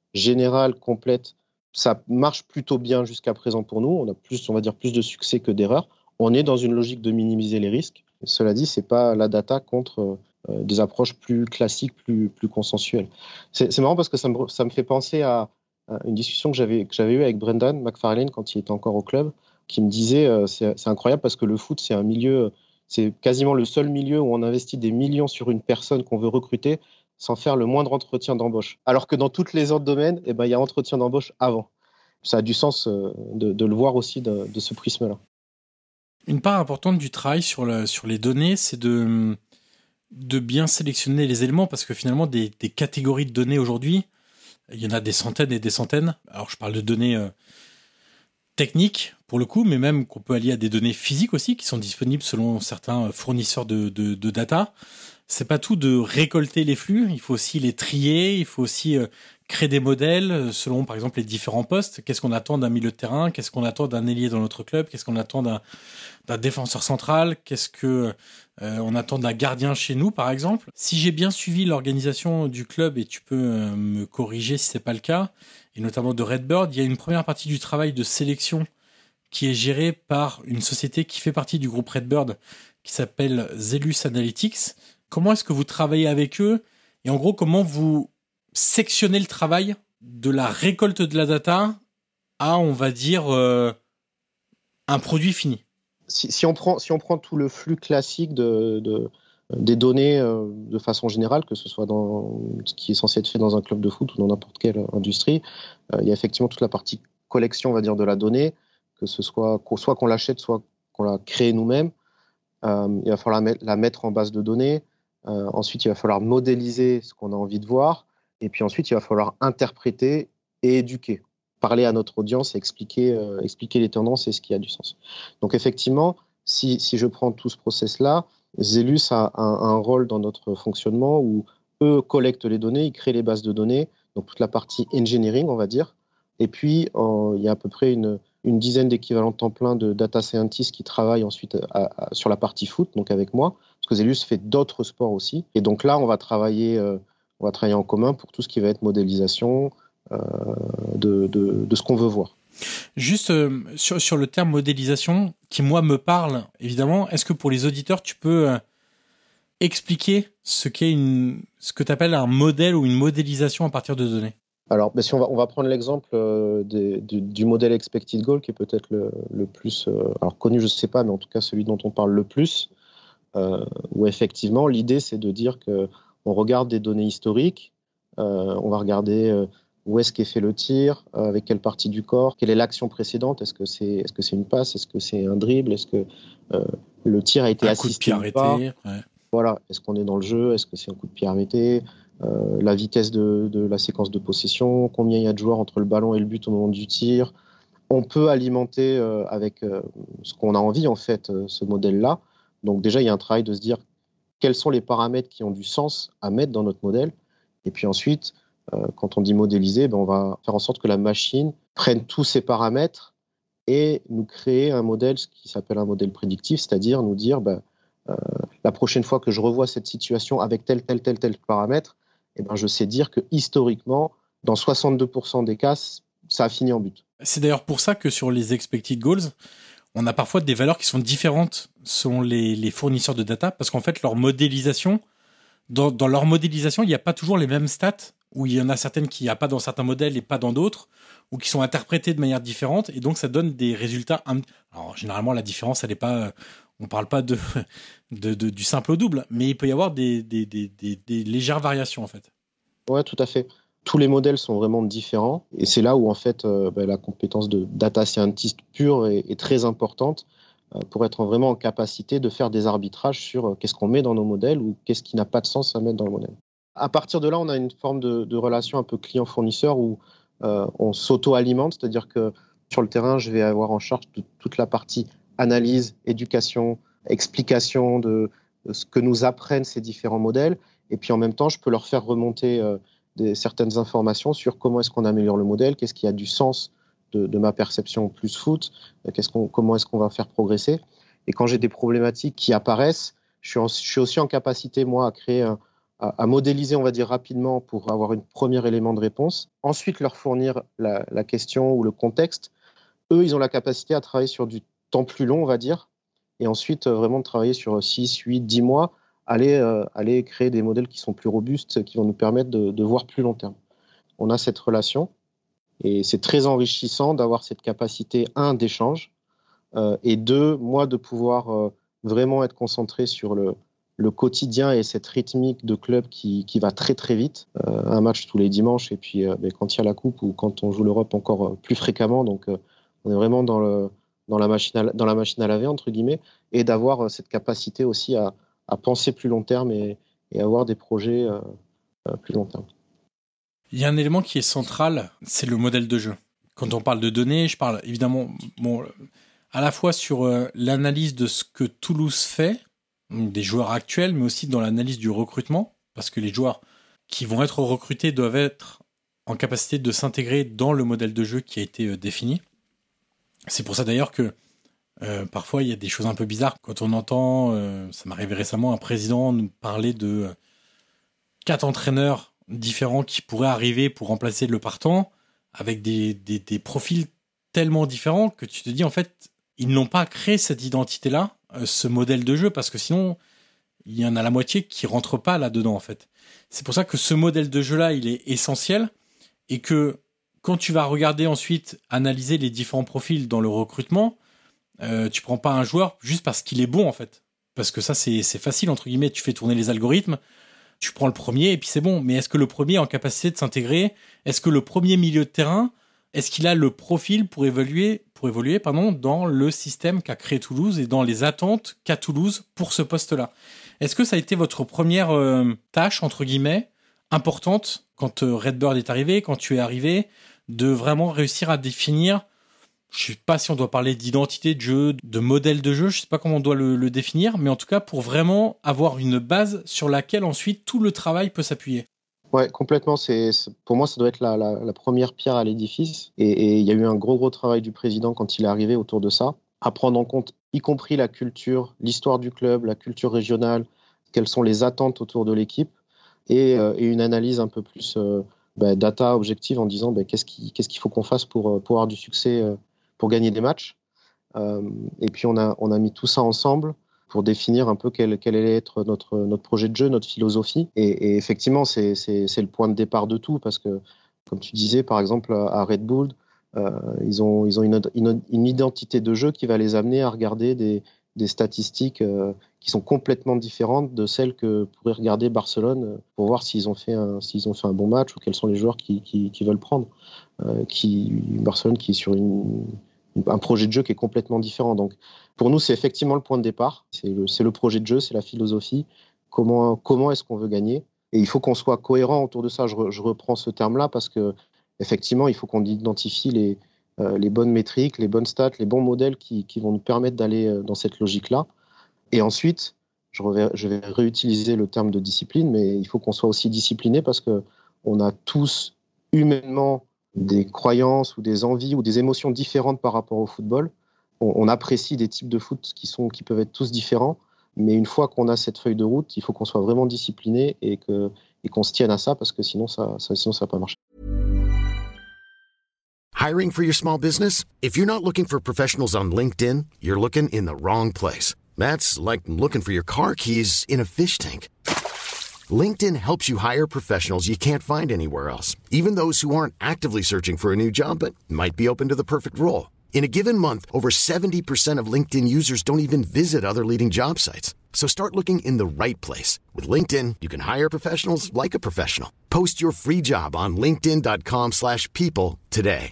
générale, complète, ça marche plutôt bien jusqu'à présent pour nous. On a plus, on va dire, plus de succès que d'erreurs. On est dans une logique de minimiser les risques. Cela dit, c'est pas la data contre euh, des approches plus classiques, plus, plus consensuelles. C'est, c'est marrant parce que ça me, ça me fait penser à, à une discussion que j'avais, que j'avais eue avec Brendan McFarlane quand il était encore au club, qui me disait euh, c'est, c'est incroyable parce que le foot, c'est un milieu, c'est quasiment le seul milieu où on investit des millions sur une personne qu'on veut recruter sans faire le moindre entretien d'embauche. Alors que dans tous les autres domaines, eh ben, il y a entretien d'embauche avant. Ça a du sens euh, de, de le voir aussi de, de ce prisme-là. Une part importante du travail sur, le, sur les données, c'est de, de bien sélectionner les éléments, parce que finalement, des, des catégories de données aujourd'hui, il y en a des centaines et des centaines. Alors, je parle de données euh, techniques, pour le coup, mais même qu'on peut allier à des données physiques aussi, qui sont disponibles selon certains fournisseurs de, de, de data. C'est pas tout de récolter les flux, il faut aussi les trier, il faut aussi euh, créer des modèles selon, par exemple, les différents postes. Qu'est-ce qu'on attend d'un milieu de terrain? Qu'est-ce qu'on attend d'un ailier dans notre club? Qu'est-ce qu'on attend d'un, d'un défenseur central? Qu'est-ce que euh, on attend d'un gardien chez nous, par exemple? Si j'ai bien suivi l'organisation du club, et tu peux euh, me corriger si c'est pas le cas, et notamment de Redbird, il y a une première partie du travail de sélection qui est gérée par une société qui fait partie du groupe Redbird, qui s'appelle Zelus Analytics. Comment est-ce que vous travaillez avec eux? Et en gros, comment vous sectionnez le travail de la récolte de la data à, on va dire, euh, un produit fini? Si, si, on prend, si on prend tout le flux classique de, de, des données euh, de façon générale, que ce soit dans ce qui est censé être fait dans un club de foot ou dans n'importe quelle industrie, euh, il y a effectivement toute la partie collection, on va dire, de la donnée, que ce soit, soit qu'on l'achète, soit qu'on la crée nous-mêmes. Euh, il va falloir la mettre, la mettre en base de données. Euh, ensuite, il va falloir modéliser ce qu'on a envie de voir. Et puis ensuite, il va falloir interpréter et éduquer. Parler à notre audience et expliquer, euh, expliquer les tendances et ce qui a du sens. Donc effectivement, si, si je prends tout ce process-là, Zelus a un, un rôle dans notre fonctionnement où eux collectent les données, ils créent les bases de données, donc toute la partie engineering, on va dire. Et puis, euh, il y a à peu près une, une dizaine d'équivalents temps plein de data scientists qui travaillent ensuite à, à, sur la partie foot, donc avec moi, parce que Zelus fait d'autres sports aussi. Et donc là, on va travailler, euh, on va travailler en commun pour tout ce qui va être modélisation euh, de, de, de ce qu'on veut voir. Juste euh, sur, sur le terme modélisation, qui moi me parle, évidemment, est-ce que pour les auditeurs, tu peux euh, expliquer ce qu'est une, ce que tu appelles un modèle ou une modélisation à partir de données? Alors, ben si on va, on va prendre l'exemple euh, des, du, du modèle expected goal, qui est peut-être le, le plus euh, alors connu, je ne sais pas, mais en tout cas celui dont on parle le plus, euh, où effectivement l'idée c'est de dire qu'on regarde des données historiques, euh, on va regarder euh, où est-ce qu'est fait le tir, euh, avec quelle partie du corps, quelle est l'action précédente, est-ce que c'est, est-ce que c'est une passe, est-ce que c'est un dribble, est-ce que euh, le tir a été un assisté coup de pied ou pas, arrêté, ouais. Voilà, est-ce qu'on est dans le jeu, est-ce que c'est un coup de pied arrêté, euh, la vitesse de, de la séquence de possession, combien il y a de joueurs entre le ballon et le but au moment du tir. On peut alimenter euh, avec euh, ce qu'on a envie, en fait, euh, ce modèle-là. Donc déjà, il y a un travail de se dire quels sont les paramètres qui ont du sens à mettre dans notre modèle. Et puis ensuite, euh, quand on dit modéliser, ben, on va faire en sorte que la machine prenne tous ces paramètres et nous créer un modèle, ce qui s'appelle un modèle prédictif, c'est-à-dire nous dire ben, euh, la prochaine fois que je revois cette situation avec tel, tel, tel, tel paramètre, eh ben, je sais dire que historiquement, dans soixante-deux pour cent des cas, ça a fini en but. C'est d'ailleurs pour ça que sur les expected goals, on a parfois des valeurs qui sont différentes selon les, les fournisseurs de data, parce qu'en fait, leur modélisation, dans, dans leur modélisation, il n'y a pas toujours les mêmes stats, où il y en a certaines qu'il n'y a pas dans certains modèles et pas dans d'autres, ou qui sont interprétées de manière différente, et donc ça donne des résultats. Alors, généralement, la différence, elle n'est pas... On ne parle pas de, de, de, du simple au double, mais il peut y avoir des, des, des, des, des légères variations, en fait. Oui, tout à fait. Tous les modèles sont vraiment différents, et c'est là où, en fait, euh, bah, la compétence de data scientist pure est, est très importante euh, pour être vraiment en capacité de faire des arbitrages sur euh, qu'est-ce qu'on met dans nos modèles ou qu'est-ce qui n'a pas de sens à mettre dans le modèle. À partir de là, on a une forme de, de relation un peu client-fournisseur où euh, on s'auto-alimente, c'est-à-dire que sur le terrain, je vais avoir en charge de toute la partie analyse, éducation, explication de, de ce que nous apprennent ces différents modèles. Et puis en même temps, je peux leur faire remonter euh, des, certaines informations sur comment est-ce qu'on améliore le modèle, qu'est-ce qui a du sens de, de ma perception plus foot, qu'est-ce qu'on, comment est-ce qu'on va faire progresser. Et quand j'ai des problématiques qui apparaissent, je suis, en, je suis aussi en capacité, moi, à créer un, à, à modéliser, on va dire, rapidement pour avoir un premier élément de réponse. Ensuite, leur fournir la, la question ou le contexte. Eux, ils ont la capacité à travailler sur du temps plus long, on va dire, et ensuite euh, vraiment de travailler sur six, huit, dix mois, aller, euh, aller créer des modèles qui sont plus robustes, qui vont nous permettre de, de voir plus long terme. On a cette relation, et c'est très enrichissant d'avoir cette capacité, un, d'échange, euh, et deux, moi, de pouvoir euh, vraiment être concentré sur le, le quotidien et cette rythmique de club qui, qui va très très vite. Euh, un match tous les dimanches, et puis euh, ben, quand il y a la coupe ou quand on joue l'Europe encore euh, plus fréquemment, donc euh, on est vraiment dans, le, dans, la machine à, dans la machine à laver, entre guillemets, et d'avoir euh, cette capacité aussi à, à penser plus long terme et, et avoir des projets euh, euh, plus long terme. Il y a un élément qui est central, c'est le modèle de jeu. Quand on parle de données, je parle évidemment bon, à la fois sur euh, l'analyse de ce que Toulouse fait, donc des joueurs actuels, mais aussi dans l'analyse du recrutement, parce que les joueurs qui vont être recrutés doivent être en capacité de s'intégrer dans le modèle de jeu qui a été euh, défini. C'est pour ça d'ailleurs que euh, parfois il y a des choses un peu bizarres. Quand on entend, euh, ça m'est arrivé récemment, un président nous parler de euh, quatre entraîneurs différents qui pourraient arriver pour remplacer le partant, avec des, des, des profils tellement différents que tu te dis en fait, ils n'ont pas créé cette identité-là, euh, ce modèle de jeu, parce que sinon, il y en a la moitié qui ne rentrent pas là-dedans en fait. C'est pour ça que ce modèle de jeu-là, il est essentiel, et que quand tu vas regarder ensuite, analyser les différents profils dans le recrutement, euh, tu prends pas un joueur juste parce qu'il est bon en fait. Parce que ça, c'est, c'est facile, entre guillemets, tu fais tourner les algorithmes, tu prends le premier et puis c'est bon. Mais est-ce que le premier est en capacité de s'intégrer ? Est-ce que le premier milieu de terrain, est-ce qu'il a le profil pour évoluer, pour évoluer pardon, dans le système qu'a créé Toulouse et dans les attentes qu'a Toulouse pour ce poste-là ? Est-ce que ça a été votre première euh, tâche, entre guillemets, importante quand euh, Redbird est arrivé, quand tu es arrivé, de vraiment réussir à définir, je ne sais pas si on doit parler d'identité de jeu, de modèle de jeu, je ne sais pas comment on doit le, le définir, mais en tout cas pour vraiment avoir une base sur laquelle ensuite tout le travail peut s'appuyer. Ouais, complètement. C'est, c'est, pour moi, ça doit être la, la, la première pierre à l'édifice. Et il y a eu un gros, gros travail du président quand il est arrivé autour de ça, à prendre en compte, y compris la culture, l'histoire du club, la culture régionale, quelles sont les attentes autour de l'équipe, et, euh, et une analyse un peu plus euh, bah, data, objective, en disant bah, qu'est-ce, qui, qu'est-ce qu'il faut qu'on fasse pour, pour avoir du succès, euh, pour gagner des matchs. Euh, et puis, on a, on a mis tout ça ensemble pour définir un peu quel, quel allait être notre, notre projet de jeu, notre philosophie. Et, et effectivement, c'est, c'est, c'est le point de départ de tout, parce que, comme tu disais, par exemple, à Red Bull, euh, ils ont, ils ont une, une, une identité de jeu qui va les amener à regarder des, des statistiques euh, qui sont complètement différentes de celles que pourrait regarder Barcelone pour voir s'ils ont fait un, s'ils ont fait un bon match ou quels sont les joueurs qui, qui, qui veulent prendre. Euh, qui, Barcelone qui est sur une... un projet de jeu qui est complètement différent. Donc, pour nous, c'est effectivement le point de départ. C'est le, c'est le projet de jeu, c'est la philosophie. Comment, comment est-ce qu'on veut gagner ? Et il faut qu'on soit cohérent autour de ça. Je, re, je reprends ce terme-là parce que, effectivement, il faut qu'on identifie les, euh, les bonnes métriques, les bonnes stats, les bons modèles qui, qui vont nous permettre d'aller dans cette logique-là. Et ensuite, je, reviens, je vais réutiliser le terme de discipline, mais il faut qu'on soit aussi discipliné parce qu'on a tous humainement des croyances ou des envies ou des émotions différentes par rapport au football. On, on apprécie des types de foot qui, sont, qui peuvent être tous différents, mais une fois qu'on a cette feuille de route, il faut qu'on soit vraiment discipliné et, que, et qu'on se tienne à ça, parce que sinon ça ça, sinon ça va pas marcher. Hiring for your small business? If you're not looking for professionals on LinkedIn, you're looking in the wrong place. That's like looking for your car keys in a fish tank. LinkedIn helps you hire professionals you can't find anywhere else, even those who aren't actively searching for a new job but might be open to the perfect role. In a given month, over seventy percent of LinkedIn users don't even visit other leading job sites. So start looking in the right place. With LinkedIn, you can hire professionals like a professional. Post your free job on linkedin.com slash people today.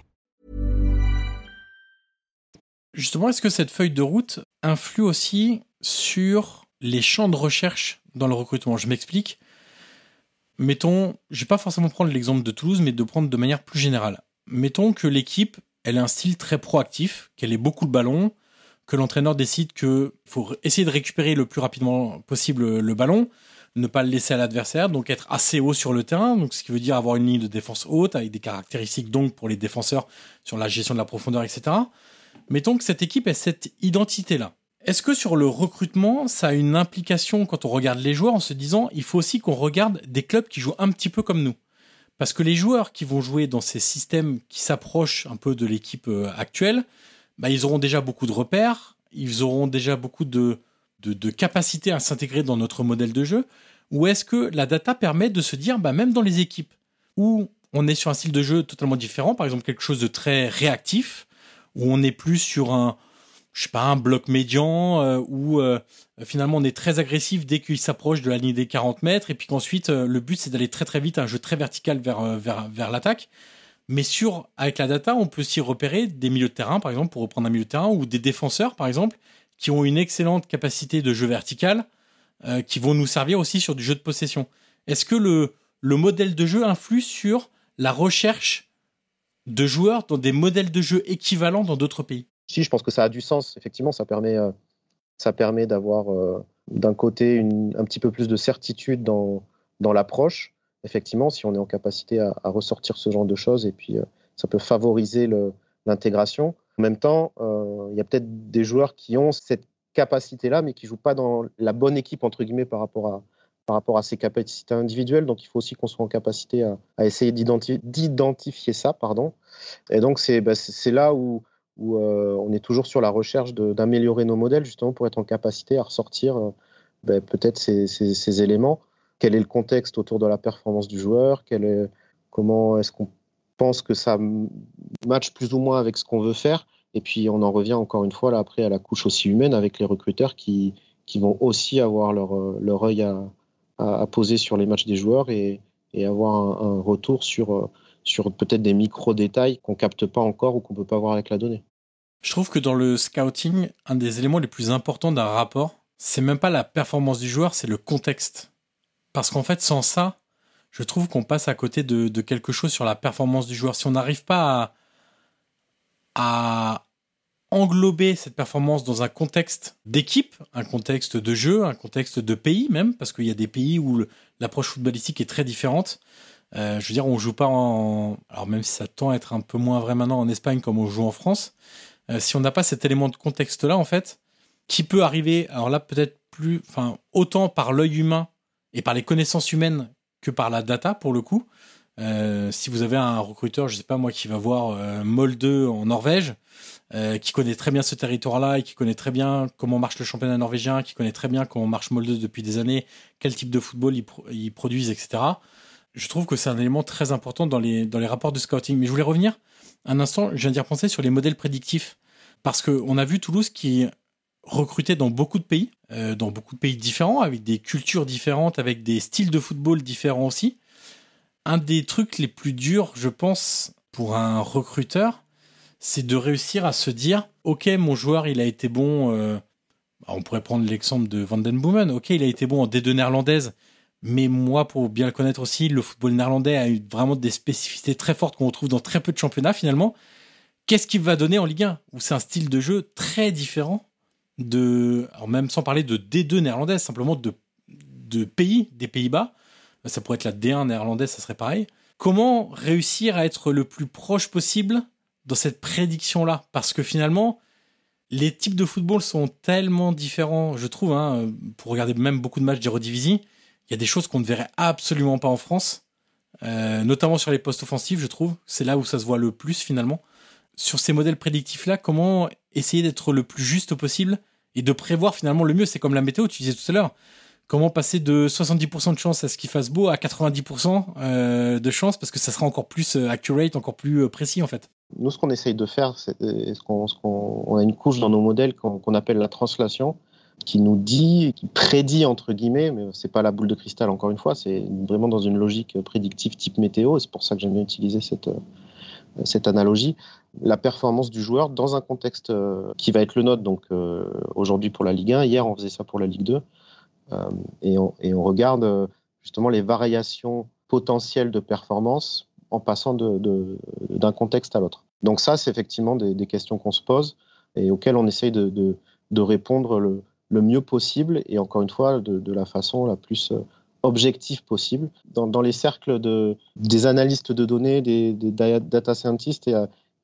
Justement, est-ce que cette feuille de route influe aussi sur les champs de recherche dans le recrutement ? Je m'explique. Mettons, je ne vais pas forcément prendre l'exemple de Toulouse, mais de prendre de manière plus générale. Mettons que l'équipe, elle a un style très proactif, qu'elle ait beaucoup le ballon, que l'entraîneur décide qu'il faut essayer de récupérer le plus rapidement possible le ballon, ne pas le laisser à l'adversaire, donc être assez haut sur le terrain, donc ce qui veut dire avoir une ligne de défense haute, avec des caractéristiques donc pour les défenseurs sur la gestion de la profondeur, et cetera. Mettons que cette équipe ait cette identité-là. Est-ce que sur le recrutement, ça a une implication quand on regarde les joueurs en se disant il faut aussi qu'on regarde des clubs qui jouent un petit peu comme nous? Parce que les joueurs qui vont jouer dans ces systèmes qui s'approchent un peu de l'équipe actuelle, bah, ils auront déjà beaucoup de repères, ils auront déjà beaucoup de, de, de capacité à s'intégrer dans notre modèle de jeu. Ou est-ce que la data permet de se dire, bah, même dans les équipes où on est sur un style de jeu totalement différent, par exemple quelque chose de très réactif, où on est plus sur un je sais pas, un bloc médian euh, où euh, finalement on est très agressif dès qu'il s'approche de la ligne des quarante mètres et puis qu'ensuite euh, le but c'est d'aller très très vite, un jeu très vertical vers, euh, vers, vers l'attaque. Mais sur, avec la data, on peut aussi repérer des milieux de terrain, par exemple, pour reprendre un milieu de terrain, ou des défenseurs, par exemple, qui ont une excellente capacité de jeu vertical, euh, qui vont nous servir aussi sur du jeu de possession. Est-ce que le, le modèle de jeu influe sur la recherche de joueurs dans des modèles de jeu équivalents dans d'autres pays? Si, je pense que ça a du sens. Effectivement, ça permet, euh, ça permet d'avoir euh, d'un côté une, un petit peu plus de certitude dans, dans l'approche. Effectivement, si on est en capacité à, à ressortir ce genre de choses, et puis euh, ça peut favoriser le, l'intégration. En même temps, euh, il y a peut-être des joueurs qui ont cette capacité-là, mais qui ne jouent pas dans la bonne équipe, entre guillemets, par rapport à, par rapport à ses capacités individuelles. Donc, il faut aussi qu'on soit en capacité à, à essayer d'identifier, d'identifier ça. Pardon. Et donc, c'est, bah, c'est, c'est là où où euh, on est toujours sur la recherche de, d'améliorer nos modèles, justement pour être en capacité à ressortir euh, ben, peut-être ces, ces, ces éléments. Quel est le contexte autour de la performance du joueur? Quel est, comment est-ce qu'on pense que ça matche plus ou moins avec ce qu'on veut faire? Et puis on en revient encore une fois là après à la couche aussi humaine avec les recruteurs qui, qui vont aussi avoir leur, leur œil à, à, à poser sur les matchs des joueurs et, et avoir un, un retour sur... sur peut-être des micro-détails qu'on ne capte pas encore ou qu'on ne peut pas voir avec la donnée. Je trouve que dans le scouting, un des éléments les plus importants d'un rapport, c'est même pas la performance du joueur, c'est le contexte. Parce qu'en fait, sans ça, je trouve qu'on passe à côté de, de quelque chose sur la performance du joueur. Si on n'arrive pas à, à englober cette performance dans un contexte d'équipe, un contexte de jeu, un contexte de pays même, parce qu'il y a des pays où le, l'approche footballistique est très différente. Euh, je veux dire, on joue pas en... Alors même si ça tend à être un peu moins vrai maintenant en Espagne comme on joue en France, euh, si on n'a pas cet élément de contexte-là, en fait, qui peut arriver, alors là peut-être plus... Enfin, autant par l'œil humain et par les connaissances humaines que par la data, pour le coup. Euh, si vous avez un recruteur, je sais pas moi, qui va voir euh, Molde en Norvège, euh, qui connaît très bien ce territoire-là et qui connaît très bien comment marche le championnat norvégien, qui connaît très bien comment marche Molde depuis des années, quel type de football ils, pro- ils produisent, et cetera. Je trouve que c'est un élément très important dans les, dans les rapports de scouting. Mais je voulais revenir un instant, je viens d'y repenser, sur les modèles prédictifs. Parce qu'on a vu Toulouse qui recrutait dans beaucoup de pays, euh, dans beaucoup de pays différents, avec des cultures différentes, avec des styles de football différents aussi. Un des trucs les plus durs, je pense, pour un recruteur, c'est de réussir à se dire « Ok, mon joueur, il a été bon... Euh, » on pourrait prendre l'exemple de Van den Boomen. « Ok, il a été bon en D deux néerlandaise. » Mais moi, pour bien le connaître aussi, le football néerlandais a eu vraiment des spécificités très fortes qu'on retrouve dans très peu de championnats finalement. Qu'est-ce qu'il va donner en Ligue un? Où c'est un style de jeu très différent de, alors même sans parler de D deux néerlandaise, simplement de, de pays, des Pays-Bas. Ça pourrait être la D un néerlandaise, ça serait pareil. Comment réussir à être le plus proche possible dans cette prédiction-là? Parce que finalement, les types de football sont tellement différents, je trouve, hein, pour regarder même beaucoup de matchs d'Eredivisie. Il y a des choses qu'on ne verrait absolument pas en France, euh, notamment sur les postes offensifs, je trouve. C'est là où ça se voit le plus, finalement. Sur ces modèles prédictifs-là, comment essayer d'être le plus juste possible et de prévoir, finalement, le mieux? C'est comme la météo, tu disais tout à l'heure. Comment passer de soixante-dix pour cent de chance à ce qu'il fasse beau à quatre-vingt-dix pour cent euh, de chance, parce que ça sera encore plus accurate, encore plus précis, en fait. Nous, ce qu'on essaye de faire, c'est ce qu'on, ce qu'on, on a une couche dans nos modèles qu'on, qu'on appelle la translation, qui nous dit, qui prédit entre guillemets, mais c'est pas la boule de cristal encore une fois, c'est vraiment dans une logique prédictive type météo, et c'est pour ça que j'aime bien utiliser cette, cette analogie, la performance du joueur dans un contexte qui va être le nôtre, donc euh, aujourd'hui pour la Ligue un, hier on faisait ça pour la Ligue deux, euh, et, on, et on regarde justement les variations potentielles de performance en passant de, de, d'un contexte à l'autre. Donc ça, c'est effectivement des, des questions qu'on se pose et auxquelles on essaye de, de, de répondre le le mieux possible et encore une fois de, de la façon la plus objective possible. Dans, dans les cercles de, des analystes de données, des, des data scientists, il y a, il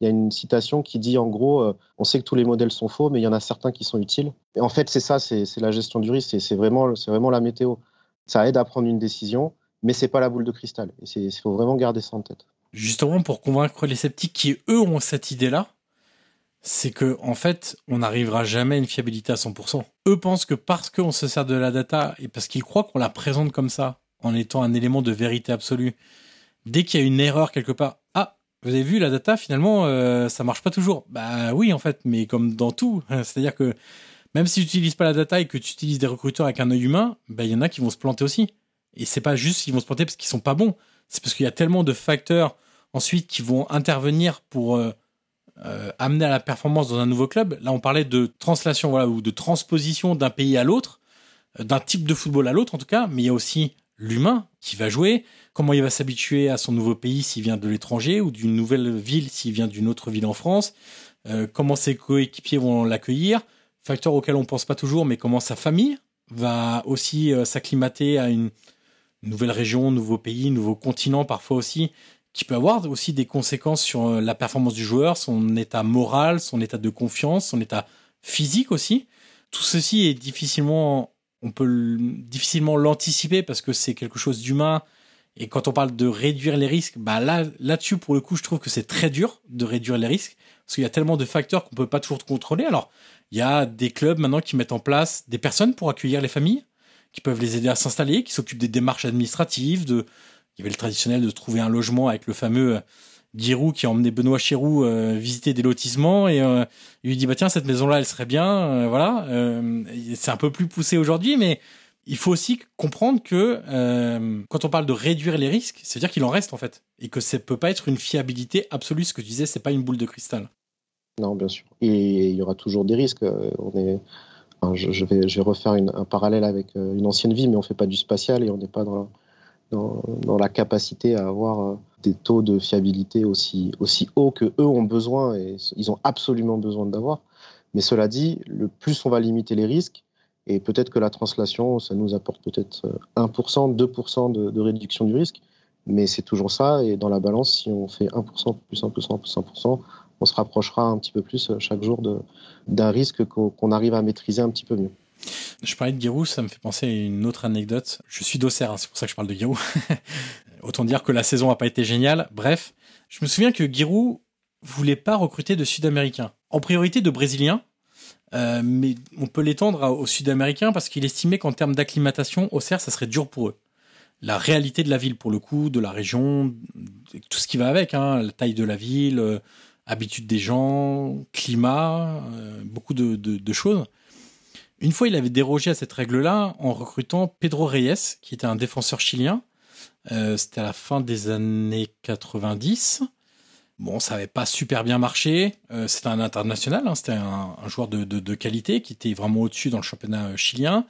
il y a une citation qui dit en gros, euh, on sait que tous les modèles sont faux, mais il y en a certains qui sont utiles. Et en fait, c'est ça, c'est, c'est la gestion du risque, c'est, c'est, vraiment, c'est vraiment la météo. Ça aide à prendre une décision, mais c'est pas la boule de cristal. Et il faut vraiment garder ça en tête. Justement, pour convaincre les sceptiques qui, eux, ont cette idée-là, c'est que en fait, on n'arrivera jamais à une fiabilité à cent pour cent. Eux pensent que parce qu'on se sert de la data et parce qu'ils croient qu'on la présente comme ça, en étant un élément de vérité absolue, dès qu'il y a une erreur quelque part, ah, vous avez vu la data, finalement, euh, ça marche pas toujours. Bah oui, en fait, mais comme dans tout, c'est-à-dire que même si tu n'utilises pas la data et que tu utilises des recruteurs avec un œil humain, bah il y en a qui vont se planter aussi. Et c'est pas juste qu'ils vont se planter parce qu'ils sont pas bons, c'est parce qu'il y a tellement de facteurs ensuite qui vont intervenir pour euh, Euh, amener à la performance dans un nouveau club. Là, on parlait de translation, voilà, ou de transposition d'un pays à l'autre, euh, d'un type de football à l'autre en tout cas, mais il y a aussi l'humain qui va jouer, comment il va s'habituer à son nouveau pays s'il vient de l'étranger ou d'une nouvelle ville s'il vient d'une autre ville en France, euh, comment ses coéquipiers vont l'accueillir, facteur auquel on pense pas toujours, mais comment sa famille va aussi euh, s'acclimater à une nouvelle région, nouveau pays, nouveau continent parfois aussi, qui peut avoir aussi des conséquences sur la performance du joueur, son état moral, son état de confiance, son état physique aussi. Tout ceci est difficilement, on peut difficilement l'anticiper parce que c'est quelque chose d'humain. Et quand on parle de réduire les risques, bah là, là-dessus, pour le coup, je trouve que c'est très dur de réduire les risques parce qu'il y a tellement de facteurs qu'on peut pas toujours contrôler. Alors, il y a des clubs maintenant qui mettent en place des personnes pour accueillir les familles, qui peuvent les aider à s'installer, qui s'occupent des démarches administratives, de il y avait le traditionnel de trouver un logement avec le fameux Giroud qui a emmené Benoît Chirou euh, visiter des lotissements et euh, il lui dit bah tiens cette maison-là elle serait bien, euh, voilà. Euh, c'est un peu plus poussé aujourd'hui, mais il faut aussi comprendre que euh, quand on parle de réduire les risques, c'est-à-dire qu'il en reste en fait et que ça peut pas être une fiabilité absolue. Ce que tu disais, c'est pas une boule de cristal. Non, bien sûr. Et il y aura toujours des risques. On est, enfin, je, je vais, je vais refaire une, un parallèle avec une ancienne vie, mais on fait pas du spatial et on n'est pas dans la Dans, dans la capacité à avoir des taux de fiabilité aussi, aussi hauts que eux ont besoin et ils ont absolument besoin d'avoir. Mais cela dit, le plus on va limiter les risques, et peut-être que la translation, ça nous apporte peut-être un pour cent, deux pour cent de, de réduction du risque, mais c'est toujours ça, et dans la balance, si on fait un pour cent plus un pour cent plus un pour cent, on se rapprochera un petit peu plus chaque jour de, d'un risque qu'on, qu'on arrive à maîtriser un petit peu mieux. Je parlais de Giroud, ça me fait penser à une autre anecdote. Je suis d'Auxerre, hein, c'est pour ça que je parle de Giroud. Autant dire que la saison n'a pas été géniale. Bref, je me souviens que Giroud voulait pas recruter de Sud-Américains. En priorité de Brésiliens, euh, mais on peut l'étendre aux Sud-Américains parce qu'il estimait qu'en termes d'acclimatation, Auxerre, ça serait dur pour eux. La réalité de la ville, pour le coup, de la région, tout ce qui va avec, hein, la taille de la ville, euh, habitude des gens, climat, euh, beaucoup de, de, de choses. Une fois, il avait dérogé à cette règle-là en recrutant Pedro Reyes, qui était un défenseur chilien. Euh, c'était à la fin des années quatre-vingt-dix. Bon, ça n'avait pas super bien marché. Euh, c'était un international, hein, c'était un, un joueur de, de, de qualité qui était vraiment au-dessus dans le championnat chilien.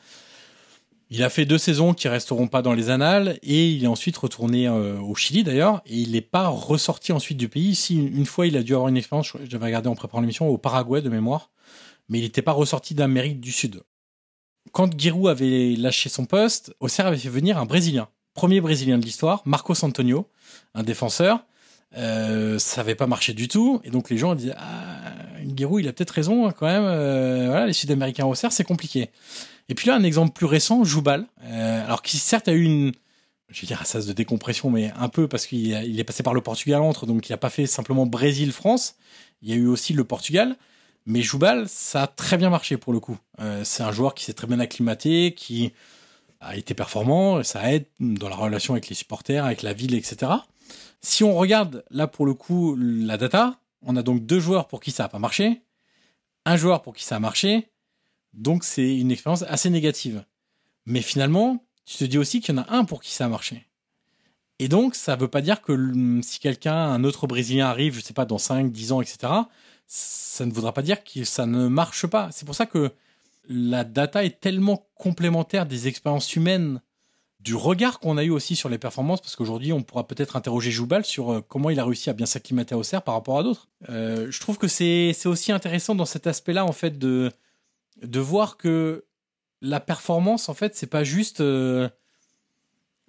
Il a fait deux saisons qui resteront pas dans les annales et il est ensuite retourné euh, au Chili d'ailleurs et il n'est pas ressorti ensuite du pays. Si une, une fois, il a dû avoir une expérience, j'avais regardé en préparant l'émission, au Paraguay de mémoire. Mais il n'était pas ressorti d'Amérique du Sud. Quand Giroud avait lâché son poste, Auxerre avait fait venir un Brésilien. Premier Brésilien de l'histoire, Marcos Antonio, un défenseur. Euh, ça n'avait pas marché du tout. Et donc les gens disaient « Ah, Giroud, il a peut-être raison quand même. Euh, voilà, les Sud-Américains à Auxerre, c'est compliqué. » Et puis là, un exemple plus récent, Joubal. Euh, alors qui certes a eu une, je vais dire un sas de décompression, mais un peu parce qu'il il est passé par le Portugal entre, donc il n'a pas fait simplement Brésil-France. Il y a eu aussi le Portugal. Mais Joubal, ça a très bien marché pour le coup. Euh, c'est un joueur qui s'est très bien acclimaté, qui a été performant, ça aide dans la relation avec les supporters, avec la ville, et cetera. Si on regarde là pour le coup la data, on a donc deux joueurs pour qui ça n'a pas marché, un joueur pour qui ça a marché, donc c'est une expérience assez négative. Mais finalement, tu te dis aussi qu'il y en a un pour qui ça a marché. Et donc, ça ne veut pas dire que si quelqu'un, un autre Brésilien arrive, je ne sais pas, dans cinq, dix ans, et cetera, ça ne voudra pas dire que ça ne marche pas. C'est pour ça que la data est tellement complémentaire des expériences humaines, du regard qu'on a eu aussi sur les performances, parce qu'aujourd'hui, on pourra peut-être interroger Joubal sur comment il a réussi à bien s'acclimater à Auxerre par rapport à d'autres. Euh, je trouve que c'est, c'est aussi intéressant dans cet aspect-là, en fait, de, de voir que la performance, en fait, c'est pas juste... Euh,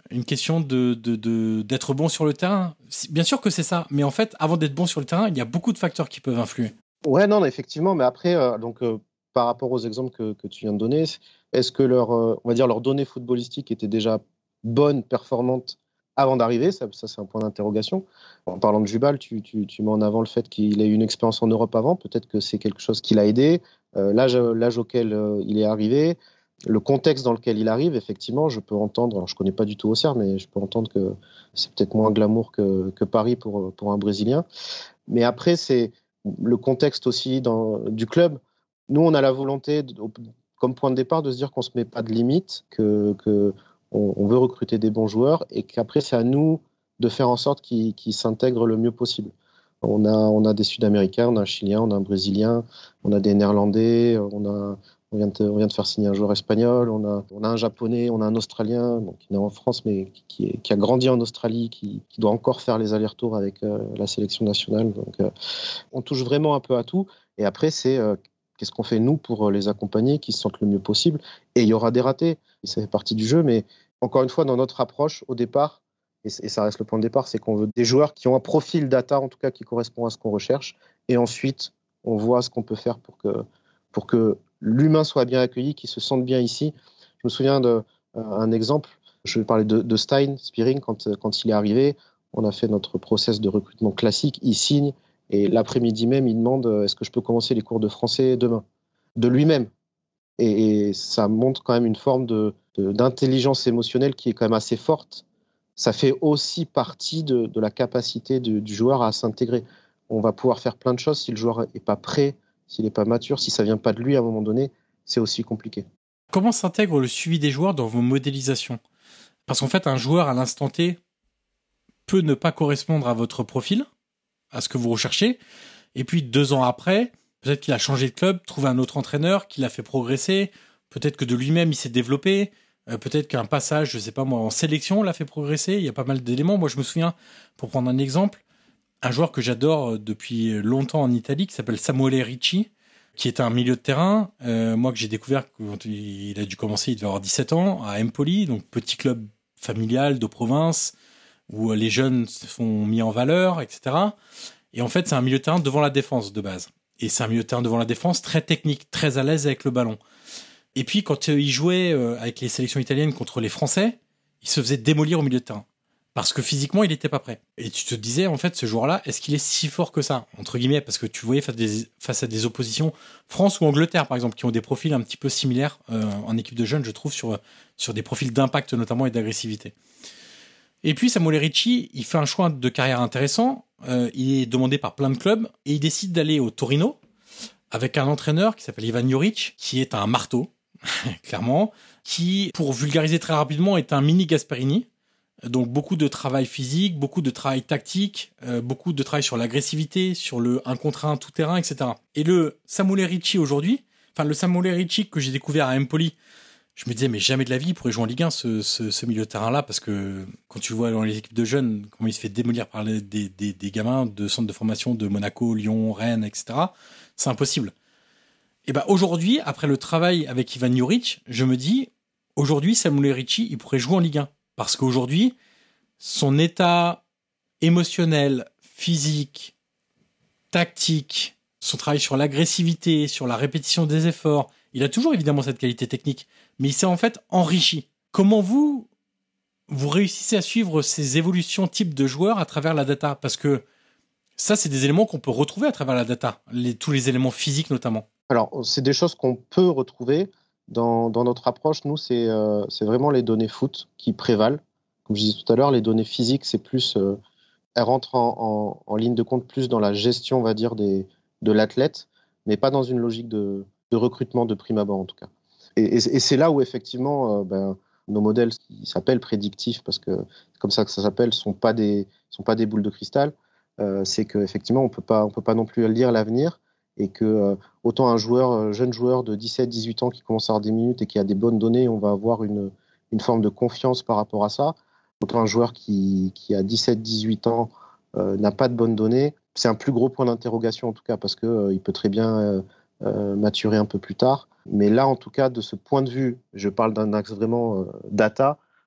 une question de, de, de, d'être bon sur le terrain. Bien sûr que c'est ça, mais en fait, avant d'être bon sur le terrain, il y a beaucoup de facteurs qui peuvent influer. Ouais, non, effectivement, mais après, euh, donc, euh, par rapport aux exemples que, que tu viens de donner, est-ce que leur, euh, on va dire, leurs données footballistiques étaient déjà bonnes, performantes avant d'arriver? Ça, ça c'est un point d'interrogation. En parlant de Jubal, tu, tu, tu mets en avant le fait qu'il ait eu une expérience en Europe avant. Peut-être que c'est quelque chose qui l'a aidé. Euh, l'âge, l'âge auquel euh, il est arrivé, le contexte dans lequel il arrive, effectivement, je peux entendre, alors je ne connais pas du tout Auxerre, mais je peux entendre que c'est peut-être moins glamour que, que Paris pour, pour un Brésilien. Mais après, c'est le contexte aussi dans, du club. Nous, on a la volonté, de, comme point de départ, de se dire qu'on ne se met pas de limites, que, que on, on veut recruter des bons joueurs et qu'après, c'est à nous de faire en sorte qu'ils, qu'ils s'intègrent le mieux possible. On a, on a des Sud-Américains, on a un Chilien, on a un Brésilien, on a des Néerlandais, on, a, on, vient, de, on vient de faire signer un joueur espagnol, on a, on a un Japonais, on a un Australien, donc, qui est en France, mais qui, est, qui a grandi en Australie, qui, qui doit encore faire les allers-retours avec euh, la sélection nationale. Donc, euh, on touche vraiment un peu à tout. Et après, c'est euh, qu'est-ce qu'on fait, nous, pour les accompagner, qu'ils se sentent le mieux possible. Et il y aura des ratés, ça fait partie du jeu, mais encore une fois, dans notre approche, au départ, et ça reste le point de départ, c'est qu'on veut des joueurs qui ont un profil data, en tout cas, qui correspond à ce qu'on recherche. Et ensuite, on voit ce qu'on peut faire pour que, pour que l'humain soit bien accueilli, qu'il se sente bien ici. Je me souviens d'un euh, exemple, je vais parler de, de Stein Spearing, quand, quand il est arrivé, on a fait notre process de recrutement classique, il signe, et l'après-midi même, il demande « est-ce que je peux commencer les cours de français demain ?» De lui-même. Et, et ça montre quand même une forme de, de, d'intelligence émotionnelle qui est quand même assez forte. Ça fait aussi partie de, de la capacité de, du joueur à s'intégrer. On va pouvoir faire plein de choses si le joueur n'est pas prêt, s'il n'est pas mature, si ça ne vient pas de lui à un moment donné, c'est aussi compliqué. Comment s'intègre le suivi des joueurs dans vos modélisations ? Parce qu'en fait, un joueur à l'instant T peut ne pas correspondre à votre profil, à ce que vous recherchez, et puis deux ans après, peut-être qu'il a changé de club, trouvé un autre entraîneur, qui l'a fait progresser, peut-être que de lui-même il s'est développé, Euh, peut-être qu'un passage, je sais pas moi, en sélection l'a fait progresser. Il y a pas mal d'éléments. Moi, je me souviens, pour prendre un exemple, un joueur que j'adore depuis longtemps en Italie, qui s'appelle Samuele Ricci, qui est un milieu de terrain, euh, moi que j'ai découvert quand il a dû commencer, il devait avoir dix-sept ans, à Empoli, donc petit club familial de province, où les jeunes sont mis en valeur, et cetera. Et en fait, c'est un milieu de terrain devant la défense de base. Et c'est un milieu de terrain devant la défense très technique, très à l'aise avec le ballon. Et puis, quand il jouait avec les sélections italiennes contre les Français, il se faisait démolir au milieu de terrain. Parce que physiquement, il n'était pas prêt. Et tu te disais, en fait, ce joueur-là, est-ce qu'il est si fort que ça ? Entre guillemets, parce que tu voyais face, des, face à des oppositions, France ou Angleterre, par exemple, qui ont des profils un petit peu similaires euh, en équipe de jeunes, je trouve, sur, sur des profils d'impact notamment et d'agressivité. Et puis, Samuele Ricci, il fait un choix de carrière intéressant. Euh, il est demandé par plein de clubs et il décide d'aller au Torino avec un entraîneur qui s'appelle Ivan Juric, qui est un marteau. Clairement, qui, pour vulgariser très rapidement, est un mini Gasperini. Donc beaucoup de travail physique, beaucoup de travail tactique, euh, beaucoup de travail sur l'agressivité, sur le un contre un tout terrain, et cetera. Et le Samuele Ricci aujourd'hui, enfin le Samuele Ricci que j'ai découvert à Empoli, je me disais mais jamais de la vie il pourrait jouer en Ligue un ce, ce, ce milieu de terrain là, parce que quand tu le vois dans les équipes de jeunes, comment il se fait démolir par les, des, des, des gamins de centres de formation de Monaco, Lyon, Rennes, et cetera. C'est impossible. Et ben aujourd'hui, après le travail avec Ivan Juric, je me dis, aujourd'hui, Samuele Ricci, il pourrait jouer en Ligue un. Parce qu'aujourd'hui, son état émotionnel, physique, tactique, son travail sur l'agressivité, sur la répétition des efforts, il a toujours évidemment cette qualité technique, mais il s'est en fait enrichi. Comment vous, vous réussissez à suivre ces évolutions type de joueurs à travers la data ? Parce que ça, c'est des éléments qu'on peut retrouver à travers la data, les, tous les éléments physiques notamment. Alors, c'est des choses qu'on peut retrouver. Dans, dans notre approche, nous, c'est, euh, c'est vraiment les données foot qui prévalent. Comme je disais tout à l'heure, les données physiques, c'est plus, euh, elles rentrent en, en, en ligne de compte plus dans la gestion, on va dire, des, de l'athlète, mais pas dans une logique de, de recrutement de prime abord, en tout cas. Et, et, et c'est là où, effectivement, euh, ben, nos modèles qui s'appellent prédictifs, parce que c'est comme ça que ça s'appelle, ne sont pas des, sont pas des boules de cristal. Euh, c'est qu'effectivement, on peut pas, on peut pas non plus lire l'avenir. Et que euh, autant un joueur, euh, jeune joueur de dix-sept dix-huit ans qui commence à avoir des minutes et qui a des bonnes données, on va avoir une, une forme de confiance par rapport à ça. Autant un joueur qui, qui a dix-sept dix-huit ans euh, n'a pas de bonnes données, c'est un plus gros point d'interrogation en tout cas, parce qu'il euh, peut très bien euh, euh, maturer un peu plus tard. Mais là, en tout cas, de ce point de vue, je parle d'un axe vraiment euh, data,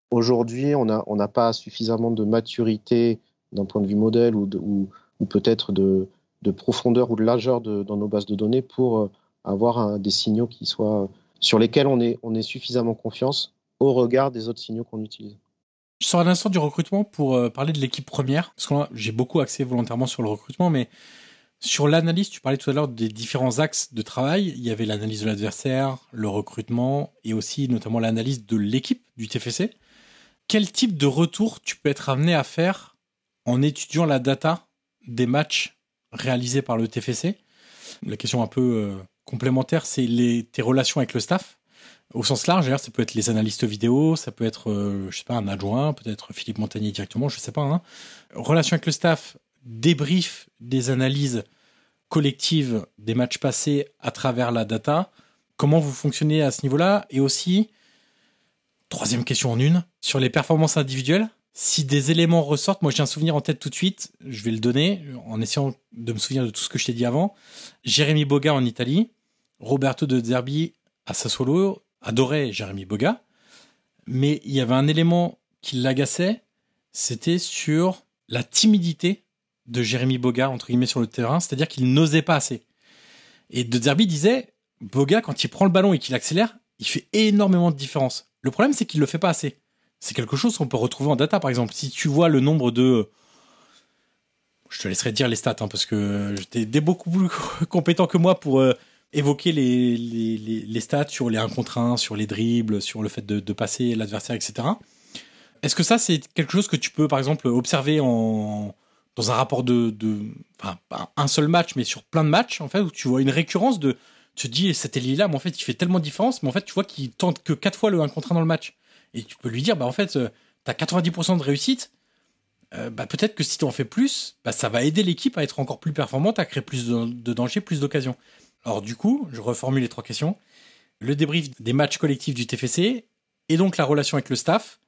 Aujourd'hui, on n'a on n'a pas suffisamment de maturité d'un point de vue modèle ou, de, ou, ou peut-être de, de profondeur ou de largeur de, dans nos bases de données pour avoir un, des signaux qui soient, sur lesquels on ait, on ait suffisamment confiance au regard des autres signaux qu'on utilise. Je sors à l'instant du recrutement pour euh, parler de l'équipe première, parce que là, j'ai beaucoup axé volontairement sur le recrutement, mais sur l'analyse, tu parlais tout à l'heure des différents axes de travail. Il y avait l'analyse de l'adversaire, le recrutement et aussi notamment l'analyse de l'équipe du T F C. Quel type de retour tu peux être amené à faire en étudiant la data des matchs réalisés par le T F C? La question un peu euh, complémentaire, c'est les, tes relations avec le staff. Au sens large, d'ailleurs, ça peut être les analystes vidéo, ça peut être, euh, je sais pas, un adjoint, peut-être Philippe Montagnier directement, je sais pas. Hein. Relation avec le staff, débrief des analyses collectives des matchs passés à travers la data. Comment vous fonctionnez à ce niveau-là? Et aussi, troisième question en une, sur les performances individuelles. Si des éléments ressortent, moi j'ai un souvenir en tête tout de suite, je vais le donner en essayant de me souvenir de tout ce que je t'ai dit avant. Jérémy Boga en Italie, Roberto De Zerbi à Sassuolo, adorait Jérémy Boga, mais il y avait un élément qui l'agaçait, c'était sur la timidité de Jérémy Boga, entre guillemets, sur le terrain, c'est-à-dire qu'il n'osait pas assez. Et De Zerbi disait, Boga, quand il prend le ballon et qu'il accélère, il fait énormément de différence. Le problème, c'est qu'il le fait pas assez. C'est quelque chose qu'on peut retrouver en data, par exemple. Si tu vois le nombre de... Je te laisserai dire les stats, hein, parce que t'es beaucoup plus compétent que moi pour... Euh, évoquer les, les, les, les stats sur les un contre un, sur les dribbles, sur le fait de, de passer l'adversaire, et cetera. Est-ce que ça, c'est quelque chose que tu peux, par exemple, observer en, dans un rapport de, de... Enfin, pas un seul match, mais sur plein de matchs, en fait, où tu vois une récurrence de... Tu te dis, cet ailier-là, mais en fait, il fait tellement de différence, mais en fait, tu vois qu'il tente que quatre fois le un contre un dans le match. Et tu peux lui dire, bah en fait, euh, t'as quatre-vingt-dix pour cent de réussite, euh, bah peut-être que si t'en fais plus, bah ça va aider l'équipe à être encore plus performante, à créer plus de, de dangers, plus d'occasions. Alors du coup, je reformule les trois questions. Le débrief des matchs collectifs du T F C, et donc la relation avec le staff,